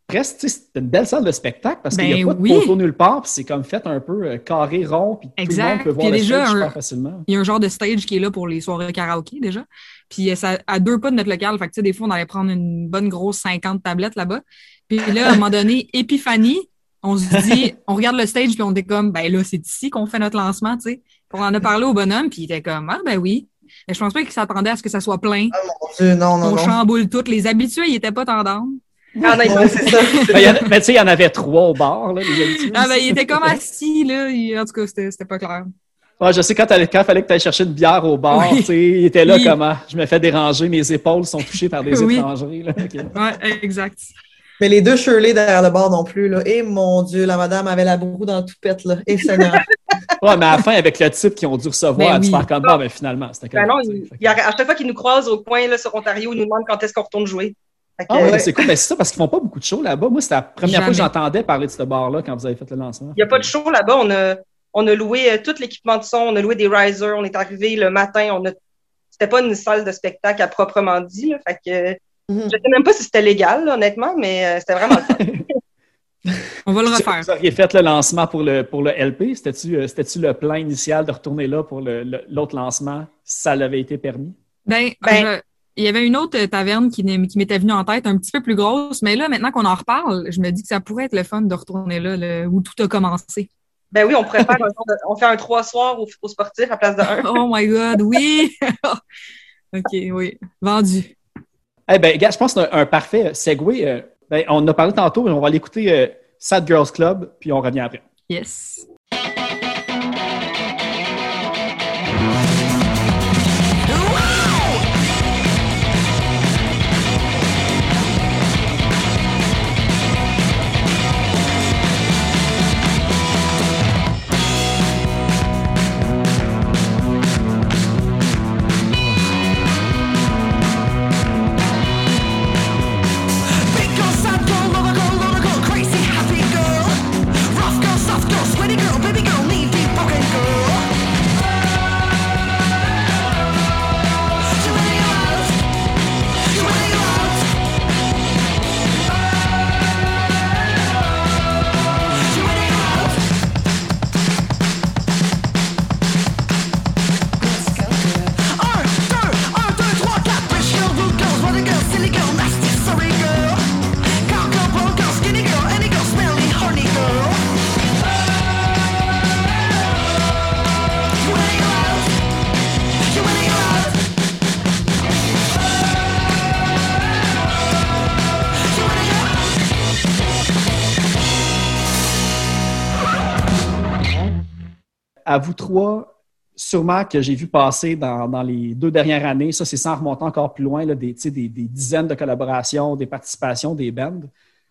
presque, tu sais, c'est une belle salle de spectacle parce qu'il n'y a pas de oui. poteau nulle part, puis c'est comme fait un peu carré, rond, puis tout le monde peut voir le stage super facilement. Il y a un genre de stage qui est là pour les soirées karaoké déjà. Puis ça à 2 pas de notre local. Fait que, tu sais, des fois, on allait prendre une bonne grosse 50 tablettes là-bas. Puis là, à un moment donné, épiphanie, on se dit, on regarde le stage, puis on était comme, ben là, c'est ici qu'on fait notre lancement, tu sais. Puis on en a parlé au bonhomme, puis il était comme, ah, ben oui. Mais je pense pas qu'il s'attendait à ce que ça soit plein. Ah mon Dieu, non. On chamboule toutes. Les habitués, ils étaient pas tendants. Ah non, c'est ça. Mais tu sais, il y en avait 3 au bar, là, les habitués. Ah, ben, il était comme assis, là. En tout cas, c'était pas clair. Ouais, je sais, quand il fallait que tu ailles chercher une bière au bar, tu sais, il était là comment? Je me fais déranger, mes épaules sont touchées par des étrangers. Là. Okay. Ouais, exact. Mais les 2 Shirley derrière le bar non plus, là. Et mon Dieu, la madame avait la broue dans le toupette, là. Et Seigneur. Ouais, mais à la fin, avec le type qu'ils ont dû recevoir, à se faire comme mais finalement, c'était quand même. À chaque fois qu'ils nous croisent au coin, là, sur Ontario, ils nous demandent quand est-ce qu'on retourne jouer. Ouais, c'est cool. Ben, c'est ça, parce qu'ils font pas beaucoup de shows là-bas. Moi, c'était la première fois que j'entendais parler de ce bar-là quand vous avez fait le lancement. Il n'y a pas de show là-bas. On a loué tout l'équipement de son, on a loué des risers, on est arrivé le matin, c'était pas une salle de spectacle à proprement dit, là, fait que je sais même pas si c'était légal, là, honnêtement, mais c'était vraiment le fun. On va le refaire. Vous auriez fait le lancement pour le LP, c'était-tu le plan initial de retourner là pour l'autre lancement, si ça l'avait été permis? Il y avait une autre taverne qui m'était venue en tête, un petit peu plus grosse, mais là, maintenant qu'on en reparle, je me dis que ça pourrait être le fun de retourner là où tout a commencé. Ben oui, on pourrait faire on fait un 3 soirs au sportif à place de 1. Oh my God, oui! OK, oui. Vendu. Eh bien, gars, je pense que c'est un parfait segue. On en a parlé tantôt, mais on va aller écouter Sad Girls Club, puis on revient après. Yes. À vous 3, sûrement que j'ai vu passer dans les 2 dernières années, ça c'est sans remonter encore plus loin, là, des dizaines de collaborations, des participations, des bands.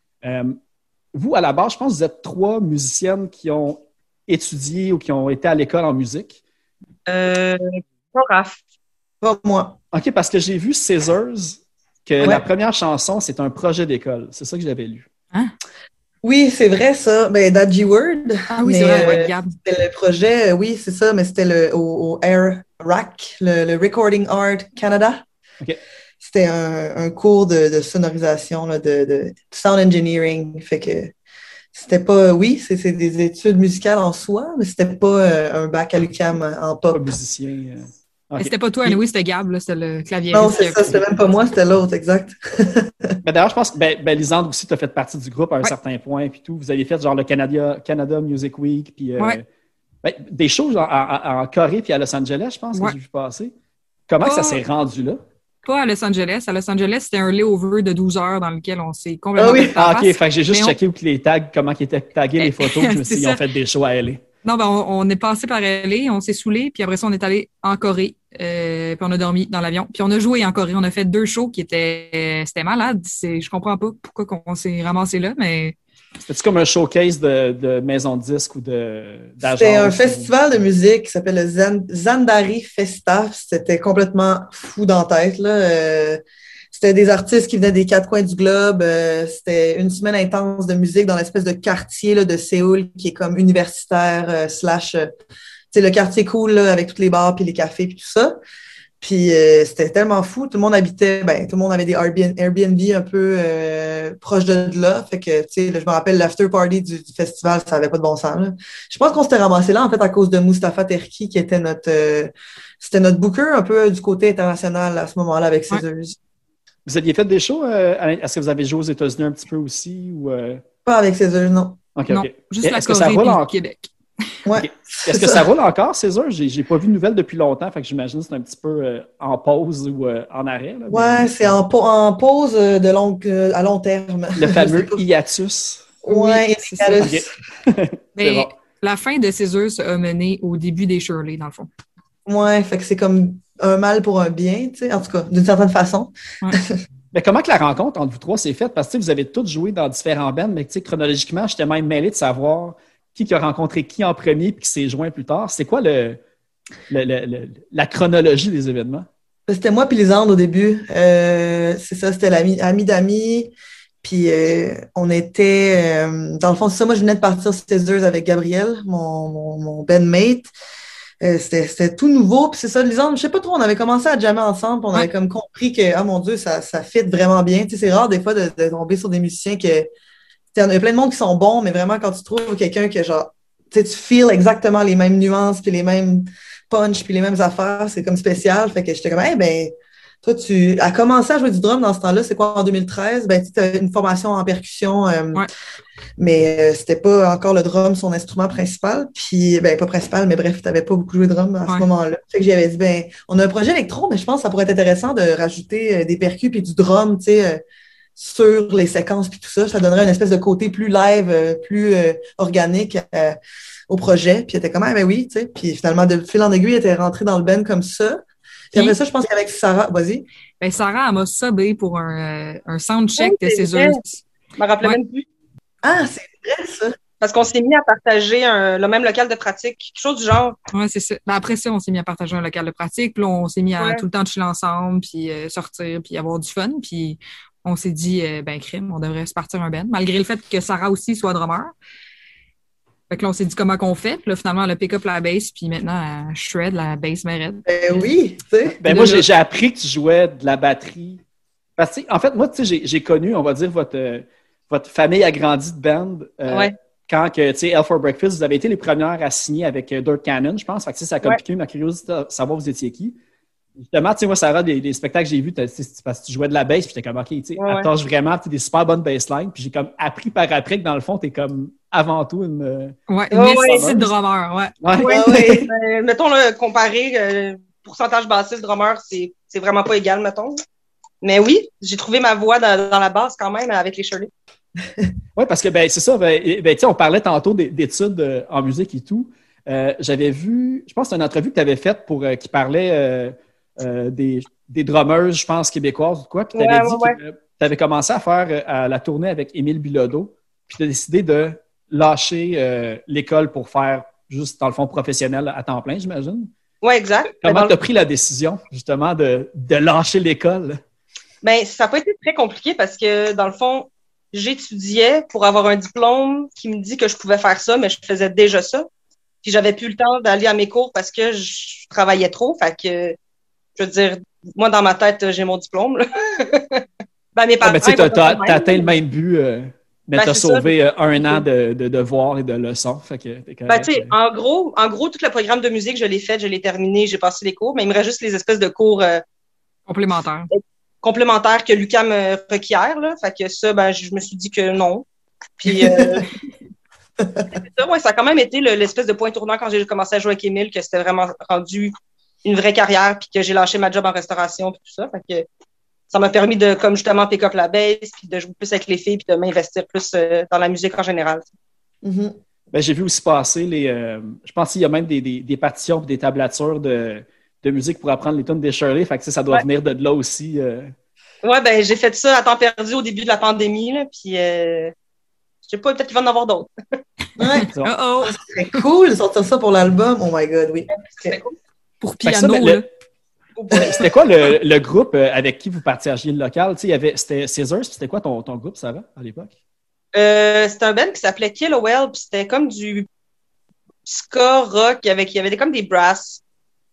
Vous, à la base, je pense que vous êtes 3 musiciennes qui ont étudié ou qui ont été à l'école en musique. Pas Raph. Pas moi. OK, parce que j'ai vu Scissors, que la première chanson, c'est un projet d'école. C'est ça que j'avais lu. Hein? Oui, c'est vrai, ça. Dodgy Word. Ah oui, c'est vrai, Gab. C'était le projet, oui, c'est ça, mais c'était au Air RAC, le Recording Art Canada. OK. C'était un cours de sonorisation, là, de sound engineering. Fait que c'était pas, oui, c'est des études musicales en soi, mais c'était pas un bac à l'UQAM en pop. Pas musicien. Okay. C'était pas toi, oui, c'était Gab, là, c'était le clavier. Non, c'est ça, c'était même pas moi, c'était l'autre, exact. Mais d'ailleurs, je pense que Lisandre aussi, tu as fait partie du groupe à un certain point, puis tout. Vous avez fait genre le Canada Music Week, puis des shows genre, en Corée puis à Los Angeles, je pense que j'ai vu passer. Comment ça s'est rendu là? Pas à Los Angeles. À Los Angeles, c'était un layover de 12 heures dans lequel on s'est complètement... OK, fait que j'ai juste checké où les tags, comment ils étaient tagués les photos, je me suis dit, ils ont fait des shows à LA. Non, on est passé par LA, on s'est saoulé, puis après ça, on est allé en Corée, puis on a dormi dans l'avion. Puis on a joué en Corée, on a fait 2 shows qui c'était malade. Je comprends pas pourquoi on s'est ramassé là, mais... C'était-tu comme un showcase de maison de disques ou d'agence? C'était un festival de musique qui s'appelle le Zandari Festa. C'était complètement fou dans la tête, là. C'était des artistes qui venaient des 4 coins du globe. C'était une semaine intense de musique dans l'espèce de quartier là, de Séoul qui est comme universitaire / le quartier cool là, avec tous les bars puis les cafés puis tout ça. Puis c'était tellement fou. Tout le monde habitait, tout le monde avait des Airbnb un peu proches de là. Fait que, tu sais, je me rappelle l'after party du festival, ça avait pas de bon sens, là. Je pense qu'on s'était ramassé là, en fait, à cause de Mustapha Terki, qui était c'était notre booker un peu du côté international à ce moment-là avec Scissors. Vous aviez fait des shows? Est-ce que vous avez joué aux États-Unis un petit peu aussi? Ou, Pas avec Scissors, non. OK, non, OK. juste la Est-ce que ça Corée roule et en... le Québec. Ouais. Okay. Est-ce que ça roule encore, César? J'ai pas vu de nouvelles depuis longtemps, fait que j'imagine que c'est un petit peu en pause ou en arrêt. Là, ouais, c'est en pause à long terme. Le fameux hiatus. Ouais, oui, c'est ça. Okay. Mais bon. la fin de Scissors a mené au début des Shirley, dans le fond. Ouais, fait que c'est comme un mal pour un bien, tu sais, en tout cas, d'une certaine façon. Ouais. Mais comment que la rencontre entre vous trois s'est faite? Parce que vous avez tous joué dans différents bands, mais chronologiquement, j'étais même mêlé de savoir qui a rencontré qui en premier puis qui s'est joint plus tard. C'est quoi la chronologie des événements? C'était moi puis les Andes au début. C'est ça, c'était l'ami d'amis. Puis on était... dans le fond, c'est ça, moi je venais de partir sur Scissors avec Gabriel, mon bandmate. C'était tout nouveau. Puis c'est ça, les Andes, je sais pas trop, on avait commencé à jammer ensemble. Puis on avait comme compris que, ah mon Dieu, ça fit vraiment bien. Tu sais, c'est rare des fois de tomber sur des musiciens que... Il y a plein de monde qui sont bons, mais vraiment, quand tu trouves quelqu'un que, genre, tu feels exactement les mêmes nuances, puis les mêmes punch, puis les mêmes affaires, c'est comme spécial. Fait que j'étais comme, toi, tu as commencé à jouer du drum dans ce temps-là, c'est quoi, en 2013? Tu as une formation en percussion, mais c'était pas encore le drum, son instrument principal. Puis, pas principal, mais bref, tu n'avais pas beaucoup joué de drum à ce moment-là. Fait que j'avais dit, on a un projet électro, mais je pense que ça pourrait être intéressant de rajouter des percus puis du drum, tu sais, sur les séquences puis tout ça. Ça donnerait une espèce de côté plus live, plus organique au projet. Puis elle était comme, oui, tu sais. Puis finalement, de fil en aiguille, elle était rentrée dans le band comme ça. Puis après ça, je pense qu'avec Sarah, vas-y. Sarah, elle m'a subé pour un soundcheck de Scissors. Je me rappelais même plus. Ah, c'est vrai, ça. Parce qu'on s'est mis à partager le même local de pratique, quelque chose du genre. Oui, c'est ça. Après ça, on s'est mis à partager un local de pratique. Puis là, on s'est mis à tout le temps chiller ensemble, puis sortir, puis avoir du fun. Puis on s'est dit, crime, on devrait se partir un band, malgré le fait que Sarah aussi soit drummer. Fait que là, on s'est dit comment qu'on fait. Puis là, finalement, elle a pick up la bass, puis maintenant, elle shred la bass mérite. Oui, tu sais. Moi, j'ai appris que tu jouais de la batterie. Parce que, en fait, moi, tu sais, j'ai connu, on va dire, votre famille agrandie de band. Quand, tu sais, Hell for Breakfast, vous avez été les premières à signer avec Dirt Cannon, je pense. Fait que ça a comme piqué ma curiosité de savoir vous étiez qui. Justement, tu sais, moi, Sarah, des spectacles que j'ai vus, parce que tu jouais de la bass, puis j'étais comme, OK, tu sais, elle torche vraiment des super bonnes basslines, puis j'ai comme appris par après que dans le fond, t'es comme avant tout une de drummer, mettons, là, comparé pourcentage bassiste drummer, c'est vraiment pas égal, mettons. Mais oui, j'ai trouvé ma voix dans la basse quand même avec les Shirley. Oui, parce que, c'est ça, tu sais, on parlait tantôt d'études en musique et tout. J'avais vu, je pense que c'est une entrevue que tu avais faite qui parlait des drummers, je pense, québécoises ou quoi. Puis tu avais dit que tu avais commencé à faire la tournée avec Émile Bilodeau. Puis tu as décidé de lâcher l'école pour faire juste, dans le fond, professionnel à temps plein, j'imagine. Oui, exact. Comment tu as pris la décision, justement, de lâcher l'école? Ça n'a pas été très compliqué parce que, dans le fond, j'étudiais pour avoir un diplôme qui me dit que je pouvais faire ça, mais je faisais déjà ça. Puis j'avais plus le temps d'aller à mes cours parce que je travaillais trop. Fait que, je veux dire, moi, dans ma tête, j'ai mon diplôme. Là. Mes parents, mais tu sais, t'as atteint le même but, mais t'as sauvé un an de devoirs et de leçons. Fait que tu sais, en gros, tout le programme de musique, je l'ai fait, je l'ai terminé, j'ai passé les cours, mais il me reste juste les espèces de cours complémentaires que Lucas me requiert. Là. Fait que ça, je me suis dit que non. Puis ça a quand même été l'espèce de point tournant quand j'ai commencé à jouer avec Émile, que c'était vraiment rendu une vraie carrière, puis que j'ai lâché ma job en restauration, puis tout ça. Fait que ça m'a permis de, comme justement, pick up la bass, puis de jouer plus avec les filles, puis de m'investir plus dans la musique en général. Mm-hmm. J'ai vu aussi passer je pense qu'il y a même des partitions et des tablatures de musique pour apprendre les tunes des Shirley. Fait que ça doit venir de là aussi. Ouais, j'ai fait ça à temps perdu au début de la pandémie, là, puis je sais pas, peut-être qu'il va en avoir d'autres. Ouais. Ça serait cool de sortir ça pour l'album. Oh my God, oui. C'était cool. Pour piano, C'était quoi le groupe avec qui vous partagiez le local? C'était Scissors, c'était quoi ton groupe, Sarah, à l'époque? C'était un band qui s'appelait Killowell, puis c'était comme du ska rock, il y avait comme des brasses.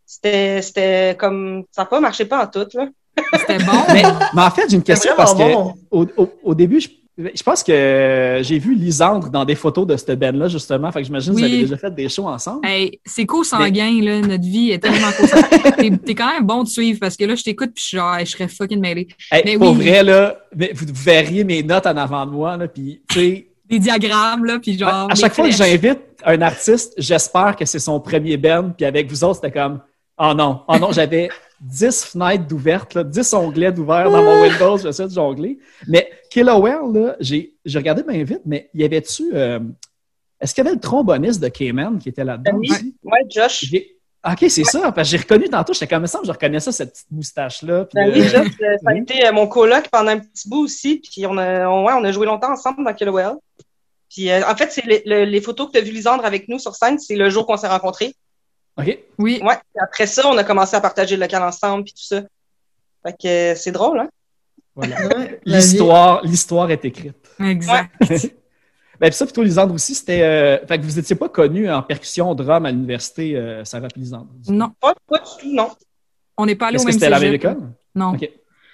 c'était comme, ça n'a pas marché pas en tout, là. C'était bon. Mais en fait, j'ai une question C'est vraiment parce que au début, je pense que j'ai vu Lisandre dans des photos de cette band-là, justement. Fait que j'imagine que vous avez déjà fait des shows ensemble. Hey, c'est co-sanguin, là. Notre vie est tellement co-sanguin. T'es quand même bon de suivre parce que là, je t'écoute puis je suis genre, je serais fucking mêlée. Hey, mais pour oui, vrai, là, vous verriez mes notes en avant de moi, là, puis tu sais. des diagrammes, là, puis genre. À chaque fois que j'invite un artiste, j'espère que c'est son premier band, puis avec vous autres, c'était comme, oh non, j'avais 10 fenêtres d'ouvertes, là, 10 onglets d'ouverts dans mon Windows, j'essaie de jongler. Mais Killowell, là, j'ai regardé bien vite, mais y avait-tu, est-ce qu'il y avait le tromboniste de Cayman qui était là-dedans aussi? Ouais, Josh. OK, c'est ça, parce que j'ai reconnu tantôt, j'étais comme ça, je reconnaissais cette petite moustache-là. Ben oui, Josh, ça a été mon coloc pendant un petit bout aussi, puis on a joué longtemps ensemble dans Killowell. Puis en fait, c'est les photos que tu as vues, Lisandre, avec nous sur scène, c'est le jour qu'on s'est rencontrés. OK. Oui. Ouais. Puis après ça, on a commencé à partager le local ensemble puis tout ça. Fait que c'est drôle, hein? Voilà. Ouais, L'histoire est écrite. Exact. Ben, puis ça, plutôt Lisandre aussi, c'était. Fait que vous n'étiez pas connu en percussion drum à l'université, Sarah puis Lisandre. Non. Pas du tout, non. On n'est pas allé au Est-ce que même c'était la cégep. même école? Non. OK.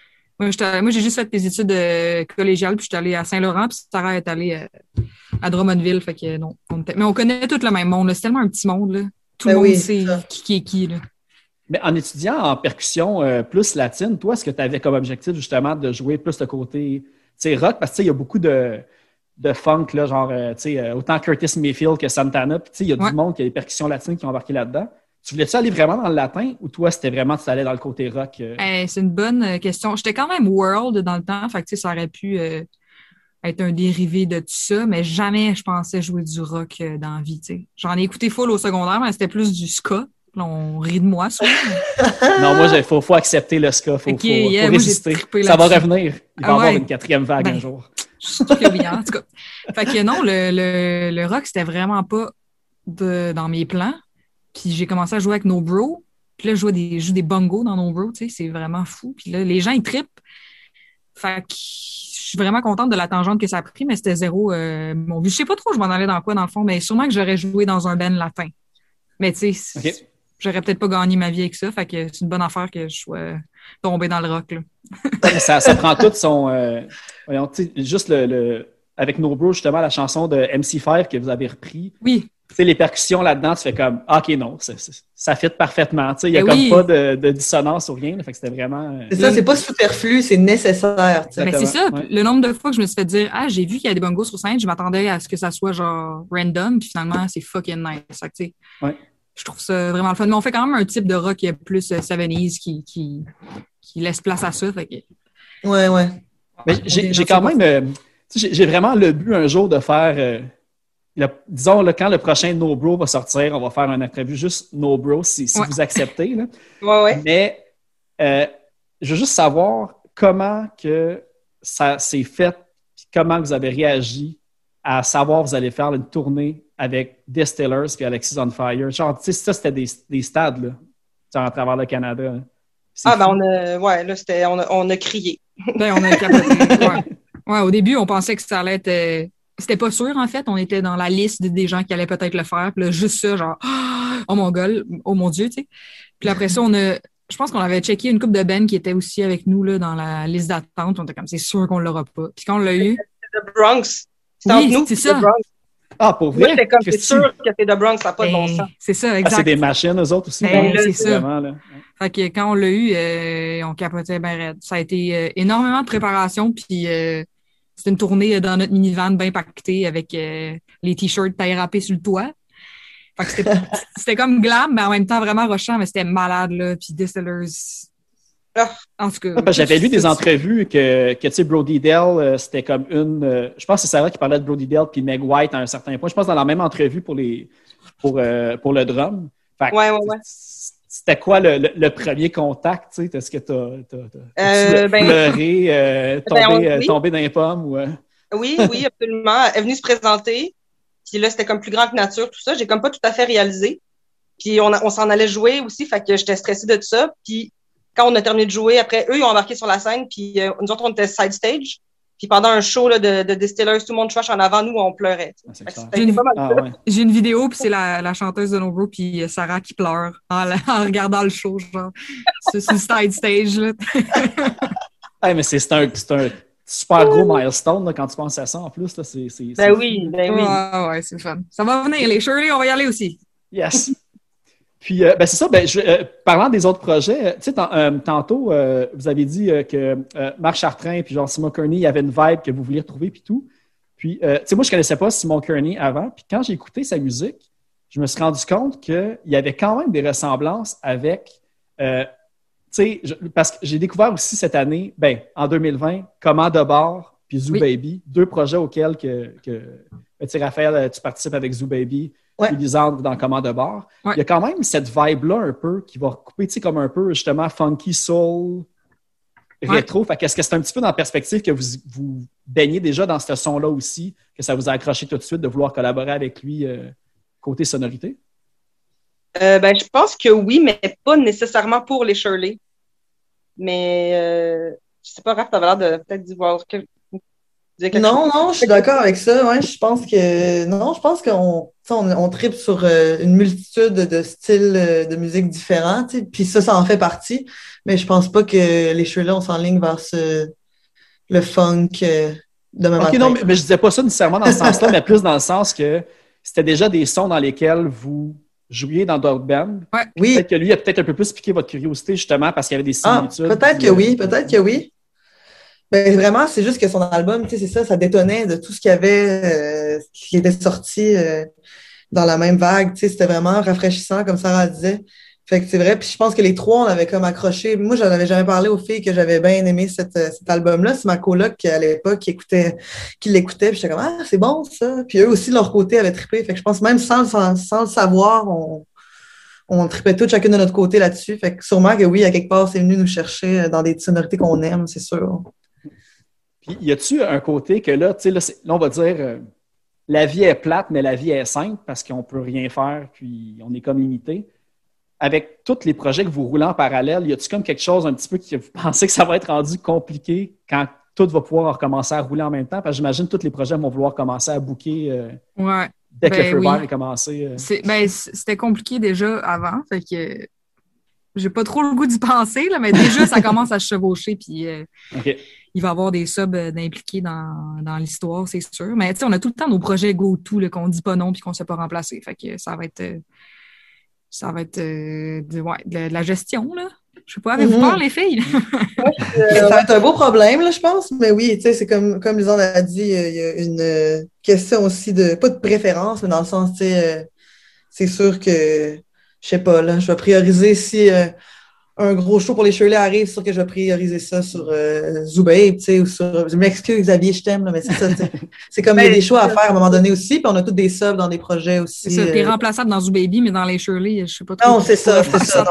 Moi, j'ai juste fait des études collégiales, puis je suis allée à Saint-Laurent, puis Sarah est allée à Drummondville. Fait que non. Mais on connaît tout le même monde, là. C'est tellement un petit monde, là. Tout le monde sait qui est qui, là. Mais en étudiant en percussion plus latine, toi, est-ce que tu avais comme objectif justement de jouer plus le côté rock? Parce que il y a beaucoup de funk, là, genre autant Curtis Mayfield que Santana. Puis il y a du monde qui a des percussions latines qui ont embarqué là-dedans. Tu voulais-tu aller vraiment dans le latin ou toi, c'était vraiment tu allais dans le côté rock? C'est une bonne question. J'étais quand même world dans le temps, fait que ça aurait pu être un dérivé de tout ça, mais jamais je pensais jouer du rock dans la vie. T'sais. J'en ai écouté full au secondaire, mais c'était plus du ska. Là, on rit de moi, ça. Non, moi, il faut accepter le ska. Faut résister. Ça va revenir. Il va y avoir une quatrième vague un jour. Je suis sûre que oui, en tout cas. Fait que non, le rock, c'était vraiment pas dans mes plans. Puis j'ai commencé à jouer avec No Bro. Puis là, je joue des bongos dans No Bro, tu sais, c'est vraiment fou. Puis là, les gens, ils trippent. Fait que je suis vraiment contente de la tangente que ça a pris, mais c'était zéro mon but. Je sais pas trop je m'en allais dans quoi, dans le fond, mais sûrement que j'aurais joué dans un band latin. Mais tu sais, j'aurais peut-être pas gagné ma vie avec ça. Fait que c'est une bonne affaire que je sois tombée dans le rock, là. ça prend tout son... voyons, juste avec No Bro, justement, la chanson de MC5 que vous avez repris. Oui. Tu sais, les percussions là-dedans, tu fais comme, OK, non, ça fit parfaitement. Tu sais, il n'y a comme pas de dissonance ou rien. Là, fait que c'était vraiment... C'est ça, c'est pas superflu, c'est nécessaire. Ben, c'est ça. Ouais. Le nombre de fois que je me suis fait dire, j'ai vu qu'il y a des bongos sur scène, je m'attendais à ce que ça soit genre random, puis finalement, c'est fucking nice. Fait que, tu sais, je trouve ça vraiment le fun. Mais on fait quand même un type de rock qui est plus 70s qui laisse place à ça. Fait que... Ouais. Mais j'ai quand même... j'ai vraiment le but un jour de faire... disons, là, quand le prochain No Bro va sortir, on va faire une entrevue juste No Bro si vous acceptez. Là. Ouais. Mais je veux juste savoir comment que ça s'est fait, puis comment vous avez réagi à savoir que vous allez faire une tournée avec Distillers puis Alexis on Fire. Genre, tu sais, ça, c'était des stades, là, genre, à travers le Canada. On a crié. Ben, on a capoté. Ouais, au début, on pensait que ça allait être... C'était pas sûr, en fait. On était dans la liste des gens qui allaient peut-être le faire. Puis là, juste ça, genre, oh mon Dieu, tu sais. Puis après ça, je pense qu'on avait checké une couple de bands qui étaient aussi avec nous là, dans la liste d'attente. On était comme, c'est sûr qu'on l'aura pas. Puis quand on l'a eu... C'est The Bronx. C'est ça. Ah, pour vrai? Moi, c'était comme, c'est sûr que c'est The Bronx, ça n'a pas de bon sens. C'est ça, exact. C'est des machines, eux autres aussi. C'est ça. Vraiment, là. Fait que quand on l'a eu, on capotait bien raide. Ça a été énormément de préparation, puis... C'était une tournée dans notre minivan bien pactée avec les t-shirts taille râpés sur le toit. Fait que c'était comme glam, mais en même temps vraiment rushant, mais c'était malade, là. Puis Distillers. En tout cas. J'avais lu des entrevues que tu sais, Brody Dell, c'était comme je pense que c'est Sarah qui parlait de Brody Dell puis Meg White à un certain point. Je pense dans la même entrevue pour le drum. Fait que, ouais. C'était quoi le premier contact? Tu sais? Est-ce que t'as pleuré, tombé dans les pommes? Ou, Oui, absolument. Elle est venue se présenter. Puis là, c'était comme plus grand que nature, tout ça. J'ai comme pas tout à fait réalisé. Puis on s'en allait jouer aussi, fait que j'étais stressée de tout ça. Puis quand on a terminé de jouer, après, eux, ils ont embarqué sur la scène. Puis nous autres, on était side stage. Puis pendant un show là, de Distillers, tout le monde trash en avant, nous, on pleurait. C'est clair. J'ai une vidéo, puis c'est la chanteuse de No Bro, puis Sarah qui pleure en regardant le show, genre, sur le stage, là. Hey, mais c'est un super gros milestone là, quand tu penses à ça, en plus. Là, ben oui. Ouais, c'est fun. Ça va venir, les Shirley, on va y aller aussi. Yes! Puis, c'est ça, parlant des autres projets, tu sais, tantôt, vous avez dit que Marc Chartrain puis genre Simon Kearney, il y avait une vibe que vous vouliez retrouver puis tout. Puis, tu sais, moi, je connaissais pas Simon Kearney avant. Puis, quand j'ai écouté sa musique, je me suis rendu compte qu'il y avait quand même des ressemblances avec, tu sais, parce que j'ai découvert aussi cette année, en 2020, Comment de bord puis Zoo Baby, deux projets auxquels tu sais, Raphaël, tu participes avec Zoo Baby. Ouais. Lisandre dans Comment de bord. Ouais. Il y a quand même cette vibe-là un peu qui va couper, tu sais, comme un peu justement funky soul rétro. Ouais. Fait qu'est-ce que c'est un petit peu dans la perspective que vous baignez déjà dans ce son-là aussi, que ça vous a accroché tout de suite de vouloir collaborer avec lui côté sonorité? Je pense que oui, mais pas nécessairement pour les Shirley. Mais je sais pas, Raph, t'avais l'air de peut-être d'y voir Non, je suis d'accord avec ça. Ouais, je pense qu'on tripe sur une multitude de styles de musique différents, puis ça en fait partie. Mais je pense pas que les Shirley, on s'enligne vers le funk demain matin. Non, mais je disais pas ça nécessairement dans ce sens-là, mais plus dans le sens que c'était déjà des sons dans lesquels vous jouiez dans d'autres bands. Ouais. Oui. Peut-être que lui a peut-être un peu plus piqué votre curiosité, justement, parce qu'il y avait des similitudes. Peut-être que oui. Ben, vraiment, c'est juste que son album, tu sais, c'est ça détonnait de tout ce qu'il y avait qui était sorti dans la même vague. Tu sais, c'était vraiment rafraîchissant, comme Sarah disait. Fait que c'est vrai. Puis je pense que les trois, on avait comme accroché. Moi, j'en avais jamais parlé aux filles que j'avais bien aimé cet album-là. C'est ma coloc qui, à l'époque, qui l'écoutait. Puis j'étais comme, ah, c'est bon, ça. Puis eux aussi, de leur côté, avaient trippé. Fait que je pense même sans le savoir, on tripait toutes chacune de notre côté là-dessus. Fait que sûrement que oui, à quelque part, c'est venu nous chercher dans des sonorités qu'on aime, c'est sûr. Puis, y a-tu un côté que là, tu sais, là, on va dire, la vie est plate, mais la vie est simple parce qu'on peut rien faire, puis on est comme limité. Avec tous les projets que vous roulez en parallèle, y a-tu comme quelque chose un petit peu que vous pensez que ça va être rendu compliqué quand tout va pouvoir recommencer à rouler en même temps? Parce que j'imagine que tous les projets vont vouloir commencer à booker dès que le feu vert est commencé. C'était compliqué déjà avant, fait que j'ai pas trop le goût d'y penser, là, mais déjà, ça commence à se chevaucher, puis il va y avoir des subs d'impliqués dans l'histoire, c'est sûr. Mais tu sais, on a tout le temps nos projets go-to, qu'on dit pas non puis qu'on ne sait pas remplacer. Fait que ça va être de la gestion, là. Je sais pas, avez-vous peur, les filles? Ça va être un beau problème, là, je pense. Mais oui, tu sais, c'est comme Lisandre a dit, il y a une question aussi pas de préférence, mais dans le sens, tu sais, c'est sûr que, je sais pas, là, je vais prioriser si un gros show pour les Shirley arrive, c'est sûr que je vais prioriser ça sur Zoo Babe, tu sais, ou sur... Je m'excuse, Xavier, je t'aime, là, mais c'est ça, c'est comme il y a des shows à faire à un moment donné aussi, puis on a tous des subs dans des projets aussi. C'est ça, t'es remplaçable dans Zoo Baby, mais dans les Shirley, je sais pas trop. Non, c'est ça.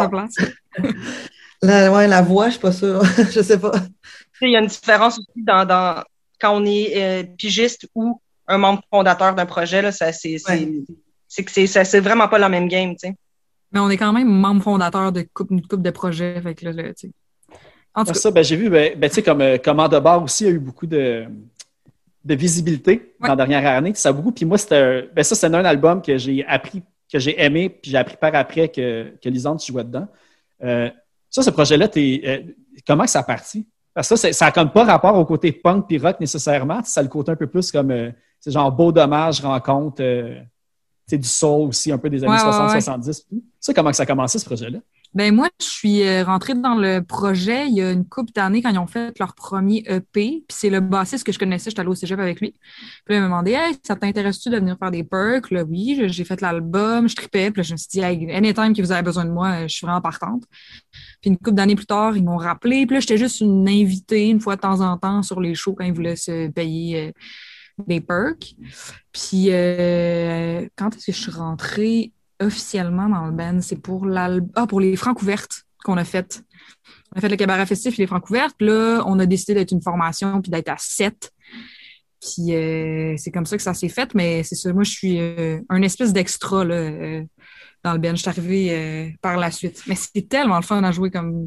La voix, je suis pas sûre. Je sais pas. Il y a une différence aussi dans quand on est pigiste ou un membre fondateur d'un projet, là, c'est vraiment pas la même game, tu sais. Mais on est quand même membre fondateur de une couple de projets. Fait que là, tu sais. En tout cas. Ça, j'ai vu, tu sais, comme Comment de bord aussi a eu beaucoup de visibilité dans la dernière année. Ça a beaucoup. Puis moi, c'était un album que j'ai appris, que j'ai aimé, puis j'ai appris par après que Lisandre, tu jouais dedans. Ce projet-là, comment ça a parti? Parce que ça n'a comme pas rapport au côté punk puis rock nécessairement. Ça a le côté un peu plus comme, c'est genre beau dommage, rencontre, du soul aussi, un peu des années 60-70. Ça, comment ça a commencé, ce projet-là? Ben moi, je suis rentrée dans le projet il y a une couple d'années quand ils ont fait leur premier EP. Puis c'est le bassiste que je connaissais, j'étais allée au cégep avec lui. Puis là, il m'a demandé, hey, ça t'intéresse-tu de venir faire des perks? Là, oui, j'ai fait l'album, je tripais. Puis là, je me suis dit, hey, anytime que vous avez besoin de moi, je suis vraiment partante. Puis une couple d'années plus tard, ils m'ont rappelé. Puis là, j'étais juste une invitée une fois de temps en temps sur les shows quand ils voulaient se payer des perks. Puis quand est-ce que je suis rentrée officiellement dans le band? C'est pour pour les Francouvertes qu'on a fait. On a fait le cabaret festif et les Francouvertes. Puis là, on a décidé d'être une formation puis d'être à 7. Puis c'est comme ça que ça s'est fait. Mais c'est ça, moi, je suis un espèce d'extra là, dans le band. Je suis arrivée par la suite. Mais c'est tellement le fun à jouer comme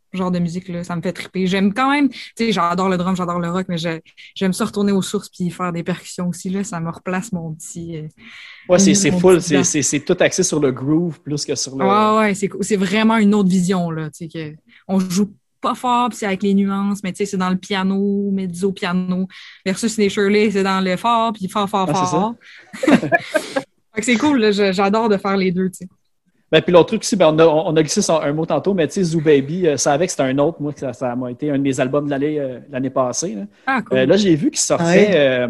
genre de musique-là. Ça me fait triper. J'aime quand même, tu sais, j'adore le drum, j'adore le rock, mais j'aime ça retourner aux sources puis faire des percussions aussi, là. Ça me replace mon petit... Ouais, c'est mon full. petit dedans. C'est tout axé sur le groove plus que sur le... Ouais, c'est vraiment une autre vision, là. Tu sais, que on joue pas fort, puis c'est avec les nuances, mais tu sais, c'est dans le piano, mezzo piano, versus les Shirley, c'est dans le fort, puis fort, Ah, c'est fort. Fait que c'est cool, là. J'adore de faire les deux, tu sais. Ben, puis l'autre truc aussi, ben, on a glissé un mot tantôt, mais tu sais, Zoo Baby, ça avec c'était un autre, moi, que ça m'a été un de mes albums de l'année passée. Là, Ah, cool. là j'ai vu qu'il sortait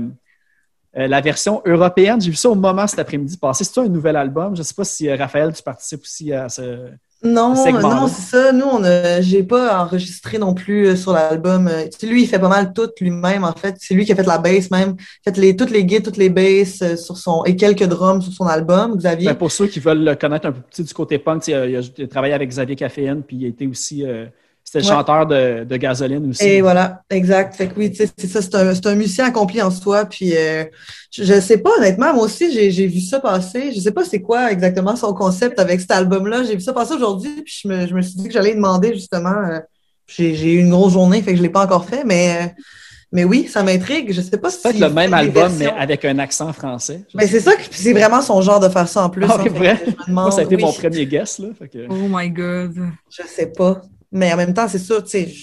la version européenne. J'ai vu ça au moment cet après-midi passé. C'est un nouvel album. Je ne sais pas si Raphaël, tu participes aussi à ce segment-là. Non, c'est ça. Nous, j'ai pas enregistré non plus sur l'album. Tu sais, lui, il fait pas mal tout lui-même, en fait. C'est lui qui a fait la bass même. Il a fait toutes les guides, toutes les basses et quelques drums sur son album, Xavier. Ben, pour ceux qui veulent le connaître un peu plus du côté punk, il a travaillé avec Xavier Caféine, puis il a été aussi... c'était le chanteur de Gasoline aussi. Et voilà, exact. Fait que oui, tu sais, c'est ça, c'est un musicien accompli en soi. Puis je sais pas, honnêtement, moi aussi, j'ai vu ça passer. Je sais pas c'est quoi exactement son concept avec cet album-là. J'ai vu ça passer aujourd'hui, puis je me suis dit que j'allais demander justement. J'ai eu une grosse journée, fait que je l'ai pas encore fait, mais oui, ça m'intrigue. Je sais pas si c'est peut-être le même album, mais avec un accent français. Mais c'est ça, c'est vraiment son genre de faire ça en plus. Ah, okay, vrai? Je me demande, moi, ça a été mon premier guess, là. Fait que... Oh my God. Je sais pas. Mais en même temps, c'est sûr, tu sais,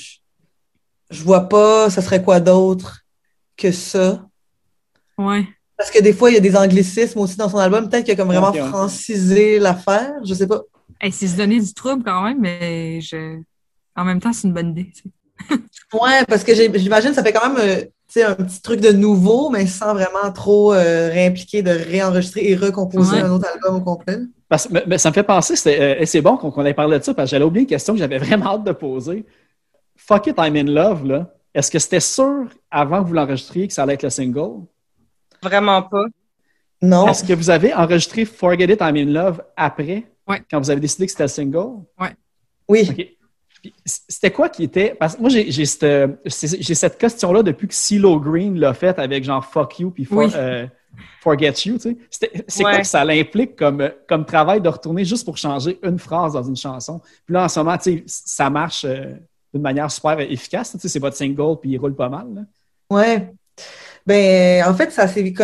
je vois pas, ça serait quoi d'autre que ça. Ouais. Parce que des fois, il y a des anglicismes aussi dans son album. Peut-être qu'il a comme vraiment francisé l'affaire. Je sais pas. Hey, c'est se donner du trouble quand même, mais en même temps, c'est une bonne idée. Ouais, parce que j'imagine que ça fait quand même un petit truc de nouveau, mais sans vraiment trop réimpliquer de réenregistrer et recomposer un autre album au complet. Mais ça me fait penser, c'est bon qu'on ait parlé de ça, parce que j'allais oublier une question que j'avais vraiment hâte de poser. Fuck It, I'm in Love, là. Est-ce que c'était sûr, avant que vous l'enregistriez, que ça allait être le single? Vraiment pas. Non. Est-ce que vous avez enregistré Forget It, I'm in Love après? Ouais. Quand vous avez décidé que c'était le single? Ouais. Oui. Okay. C'était quoi qui était... Parce que moi, j'ai cette question-là depuis que CeeLo Green l'a fait avec genre Fuck You puis Forget You. Tu sais. C'est quoi que ça l'implique comme travail de retourner juste pour changer une phrase dans une chanson? Puis là, en ce moment, tu sais, ça marche d'une manière super efficace. Tu sais, c'est votre single puis il roule pas mal. Là. Ouais. Ben, en fait, ça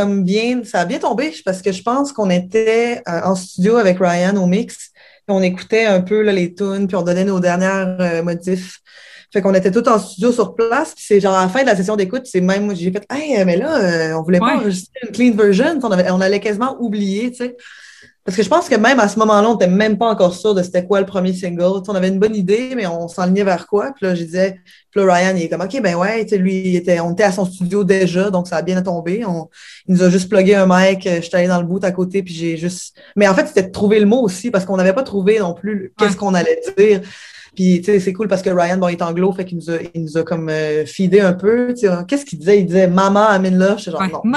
a bien tombé parce que je pense qu'on était en studio avec Ryan au mix. On écoutait un peu là, les tunes, puis on donnait nos dernières modifs. Fait qu'on était tous en studio sur place. Puis c'est genre à la fin de la session d'écoute, c'est même j'ai fait hey, mais là, on voulait pas enregistrer une clean version. On allait quasiment oublier, tu sais. Parce que je pense que même à ce moment-là, on n'était même pas encore sûr de c'était quoi le premier single. T'sais, on avait une bonne idée, mais on s'enlignait vers quoi. Puis là, je disais, puis là, Ryan, il est comme OK, ben ouais, lui, on était à son studio déjà, donc ça a bien tombé. Il nous a juste plugué un mic, j'étais allée dans le bout à côté, puis j'ai juste. Mais en fait, c'était de trouver le mot aussi, parce qu'on n'avait pas trouvé non plus qu'est-ce qu'on allait dire. Puis, tu sais, c'est cool parce que Ryan, bon, il est anglo, fait qu'il nous a comme feedé un peu. Qu'est-ce qu'il disait? Il disait « Maman, I'm in love ». Je suis genre « Non,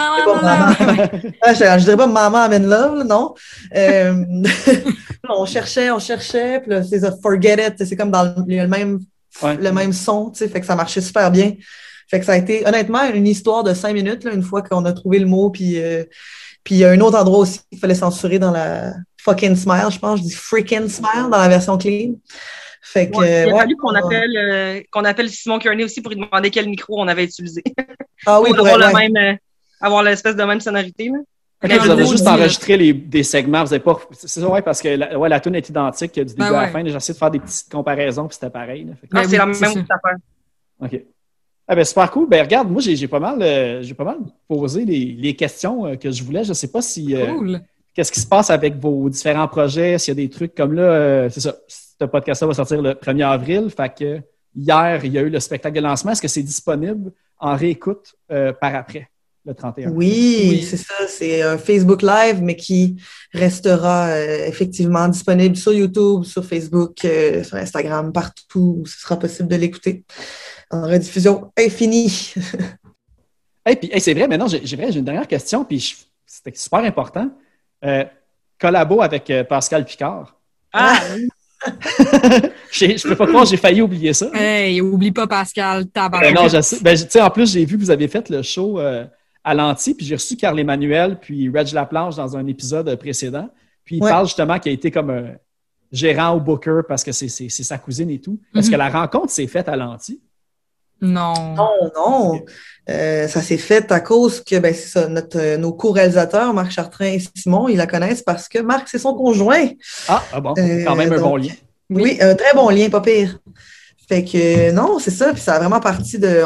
je dirais pas « Maman, I'm in love », non. On cherchait, puis là, c'est ça, « Forget it », c'est comme dans le même son, tu sais, fait que ça marchait super bien. Fait que ça a été, honnêtement, une histoire de 5 minutes, là, une fois qu'on a trouvé le mot, puis il y a un autre endroit aussi qu'il fallait censurer dans la fucking smile, je pense, je dis freaking smile dans la version clean. Fait que, il a fallu qu'on appelle Simon Kearney aussi pour lui demander quel micro on avait utilisé. Ah oui, pour avoir avoir l'espèce de même sonorité. Là. Vous avez juste enregistré des segments, vous avez pas. C'est ça, parce que la tune est identique du début à la fin. J'ai essayé de faire des petites comparaisons, puis c'était pareil. Là. Non, c'est la même affaire. OK. Ah ben super cool. Ben regarde, moi j'ai pas mal posé les questions que je voulais. Je sais pas si qu'est-ce qui se passe avec vos différents projets, s'il y a des trucs comme là, c'est ça. Ce podcast-là va sortir le 1er avril. Fait que hier, il y a eu le spectacle de lancement. Est-ce que c'est disponible en réécoute par après, le 31? Oui, c'est ça. C'est un Facebook Live, mais qui restera effectivement disponible sur YouTube, sur Facebook, sur Instagram, partout où ce sera possible de l'écouter. En rediffusion infinie. Puis c'est vrai, maintenant, j'ai une dernière question, puis c'était super important. Collabo avec Pascal Picard. Ah! Je peux pas croire, j'ai failli oublier ça. Hey, oublie pas Pascal, tabarnak. Non, je sais. Ben, tu sais, en plus, j'ai vu que vous avez fait le show à l'Anti, puis j'ai reçu Carl Emmanuel puis Reg Laplanche dans un épisode précédent. Puis il parle justement qu'il a été comme gérant ou booker parce que c'est sa cousine et tout. Est-ce que la rencontre s'est faite à Lanty? Non. Non. Ça s'est fait à cause que, c'est ça, nos co-réalisateurs, Marc Chartrain et Simon, ils la connaissent parce que Marc, c'est son conjoint. Ah bon, quand même un bon lien. Oui, un très bon lien, pas pire. Fait que, non, c'est ça. Puis ça a vraiment parti de...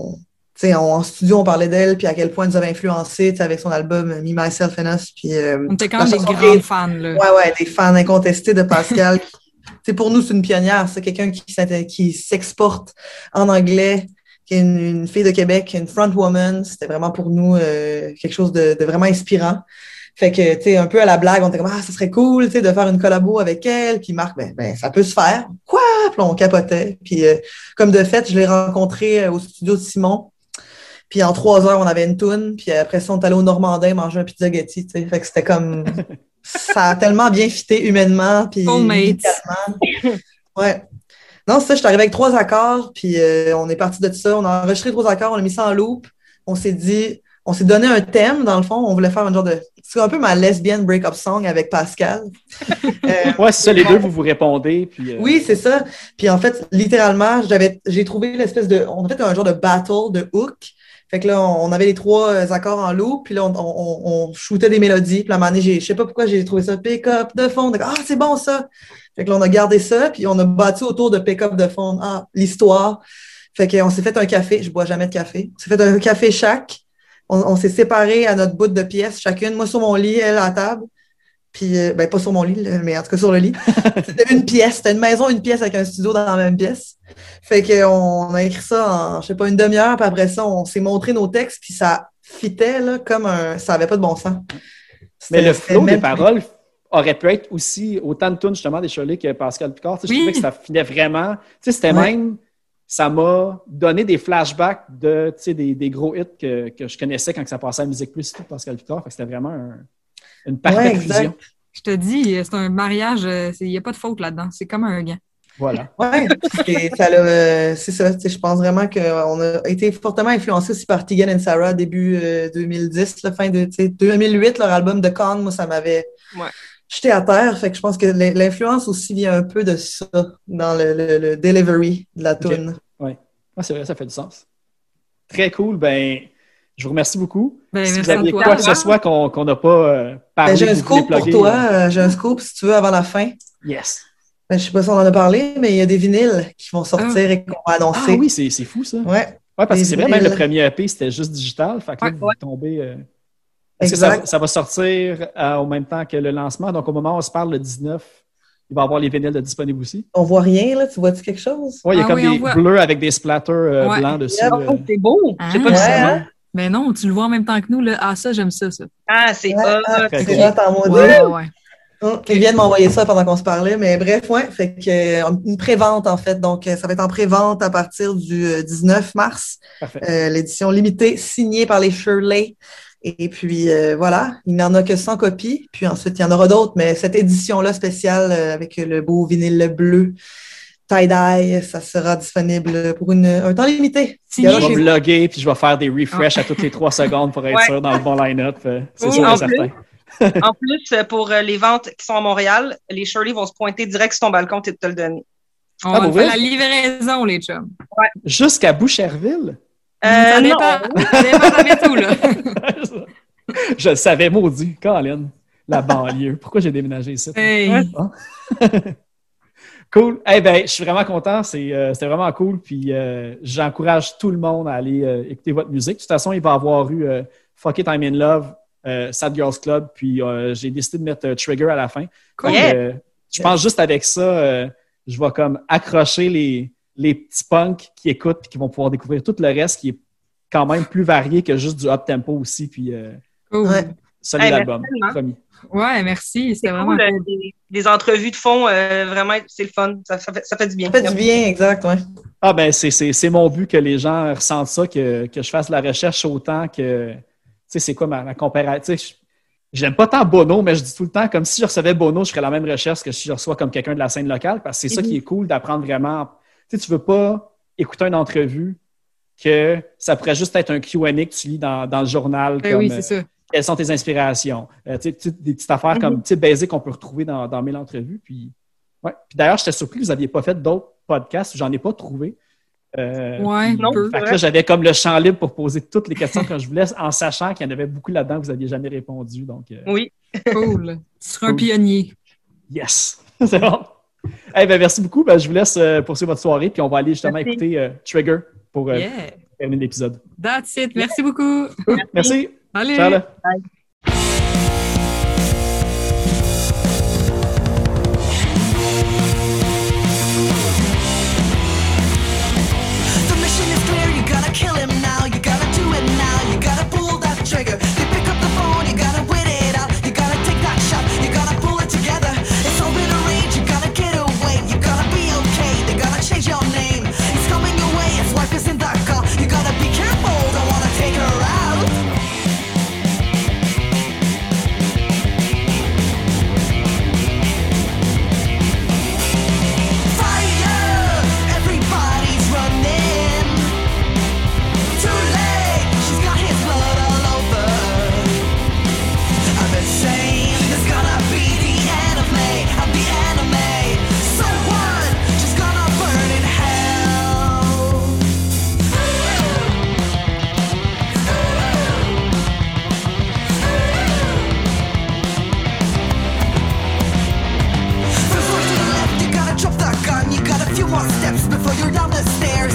en studio, on parlait d'elle, puis à quel point elle nous avait influencé avec son album Me, Myself and Us. Puis, on était quand même des grands fans. Là. Ouais, des fans incontestés de Pascal. Pour nous, c'est une pionnière. C'est quelqu'un qui s'exporte en anglais, qui est une fille de Québec, une front woman. C'était vraiment pour nous quelque chose de vraiment inspirant. Fait que, tu sais, un peu à la blague, on était comme, ça serait cool, tu sais, de faire une collabo avec elle. Puis Marc, ça peut se faire. Quoi? Puis on capotait. Puis, comme de fait, je l'ai rencontré au studio de Simon. Puis en 3 heures, on avait une toune. Puis après ça, on est allé au Normandin manger un pizza Getty, tu sais. Fait que c'était comme... ça a tellement bien fité humainement. Puis musicalement. Ouais. Non, c'est ça, je suis arrivée avec 3 accords. Puis on est parti de ça. On a enregistré 3 accords, on a mis ça en loop. On s'est donné un thème, dans le fond. On voulait faire un genre de... C'est un peu ma lesbian break-up song avec Pascal. Ouais, c'est ça, les deux, vous répondez. Puis, Oui, c'est ça. Puis en fait, littéralement, j'ai trouvé l'espèce de... On a fait un genre de battle de hook. Fait que là, on avait les 3 accords en loop, puis là, on shootait des mélodies. Puis à un moment donné, je sais pas pourquoi j'ai trouvé ça pick-up de fond. C'est bon ça! Fait que là, on a gardé ça, puis on a battu autour de pick-up de fond. L'histoire. Fait qu'on s'est fait un café. Je bois jamais de café. On s'est fait un café chaque. On s'est séparés à notre bout de pièce, chacune. Moi sur mon lit, elle à la table. Puis, pas sur mon lit, mais en tout cas sur le lit. C'était une pièce. C'était une maison, une pièce avec un studio dans la même pièce. Fait qu'on a écrit ça en, je sais pas, une demi-heure. Puis après ça, on s'est montré nos textes. Puis ça fitait, là, comme ça avait pas de bon sens. Mais le flow des paroles aurait pu être aussi autant de tunes, justement, des Shirley que Pascal Picard. Je trouvais que ça fitait vraiment. Tu sais, c'était même... Ça m'a donné des flashbacks de, des gros hits que je connaissais quand ça passait à Musique Plus et tout, Pascal Picard. Fait que c'était vraiment une parfaite fusion. Je te dis, c'est un mariage, il n'y a pas de faute là-dedans. C'est comme un gant. Voilà. Oui, c'est ça. Je pense vraiment qu'on a été fortement influencé aussi par Tegan and Sara début 2010, fin de 2008, leur album de Con, moi, ça m'avait jeté à terre. Fait que je pense que l'influence aussi vient un peu de ça dans le delivery de la tune. Oui, c'est vrai, ça fait du sens. Très cool. Je vous remercie beaucoup. Si vous aviez quoi que ce soit qu'on n'a pas parlé. J'ai un scoop pour toi. J'ai un scoop, si tu veux, avant la fin. Yes. Je sais pas si on en a parlé, mais il y a des vinyles qui vont sortir et qu'on va annoncer. Ah oui, c'est fou, ça. Ouais. Ouais, parce que c'est vrai, même le premier EP, c'était juste digital. Fait que là, vous tombez... Est-ce que ça va sortir au même temps que le lancement? Donc, au moment où on se parle, le 19, il va y avoir les vinyles disponibles aussi. On voit rien, là. Tu vois-tu quelque chose? Oui, il y a comme des bleus avec des splatters blancs dessus. C'est beau. Je sais pas si c'est bon. Mais non, tu le vois en même temps que nous. Là. Ah, ça, j'aime ça. Ah, c'est c'est hot en mode. Ouais. Ils viennent m'envoyer ça pendant qu'on se parlait, mais bref, fait que une pré-vente en fait, donc ça va être en pré-vente à partir du 19 mars. L'édition limitée signée par les Shirley. Et puis voilà, il n'y en a que 100 copies, puis ensuite il y en aura d'autres, mais cette édition-là spéciale avec le beau vinyle bleu tie-dye, ça sera disponible pour un temps limité. Je vais vlogger, puis je vais faire des refreshs à toutes les 3 secondes pour être sûr dans le bon line-up. C'est sûr et certain. En plus, pour les ventes qui sont à Montréal, les Shirley vont se pointer direct sur ton balcon et te le donner. On va faire la livraison, les chums. Ouais. Jusqu'à Boucherville? Ça dépend tout, là. Je le savais, maudit. Colin, la banlieue. Pourquoi j'ai déménagé ici? Hey. Cool. Je suis vraiment content. C'était vraiment cool. Puis j'encourage tout le monde à aller écouter votre musique. De toute façon, il va y avoir eu Fuck It, I'm in Love, Sad Girls Club, puis j'ai décidé de mettre Trigger à la fin. Cool. Je pense juste avec ça, je vais comme accrocher les petits punks qui écoutent et qui vont pouvoir découvrir tout le reste qui est quand même plus varié que juste du up-tempo aussi. Puis solide album, promis. Ouais, merci. C'était vraiment cool. Des entrevues de fond, vraiment, c'est le fun. Ça fait du bien. Ça fait du bien, exact, ouais. Ah c'est mon but que les gens ressentent ça, que je fasse de la recherche autant que... Tu sais, c'est quoi ma comparative? J'aime pas tant Bono, mais je dis tout le temps, comme si je recevais Bono, je ferais la même recherche que si je reçois comme quelqu'un de la scène locale, parce que c'est ça qui est cool d'apprendre vraiment. Tu sais, tu veux pas écouter une entrevue que ça pourrait juste être un Q&A que tu lis dans le journal. Comme, oui, c'est ça. Quelles sont tes inspirations? Des petites affaires comme basiques qu'on peut retrouver dans 1000 entrevues. Puis Ouais. Puis d'ailleurs, j'étais surpris que vous n'aviez pas fait d'autres podcasts. J'en ai pas trouvé. Non, fait que là, j'avais comme le champ libre pour poser toutes les questions que je voulais, en sachant qu'il y en avait beaucoup là-dedans que vous n'aviez jamais répondu. Donc, Oui. Cool. Tu seras un pionnier. Yes! C'est bon. Ben, merci beaucoup. Je vous laisse poursuivre votre soirée, puis on va aller justement écouter Trigger pour terminer l'épisode. That's it. Merci beaucoup. Merci. Allez. Ciao. Là. Bye. Kill him now, you gotta do it now, you gotta pull that trigger. You pick up the phone, you gotta wit it out, you gotta take that shot, you gotta pull it together. It's all been arranged, you gotta get away, you gotta be okay, they gotta change your name. He's coming your way, his wife is in that car, you gotta be careful, don't wanna take her out. Few more steps before you're down the stairs.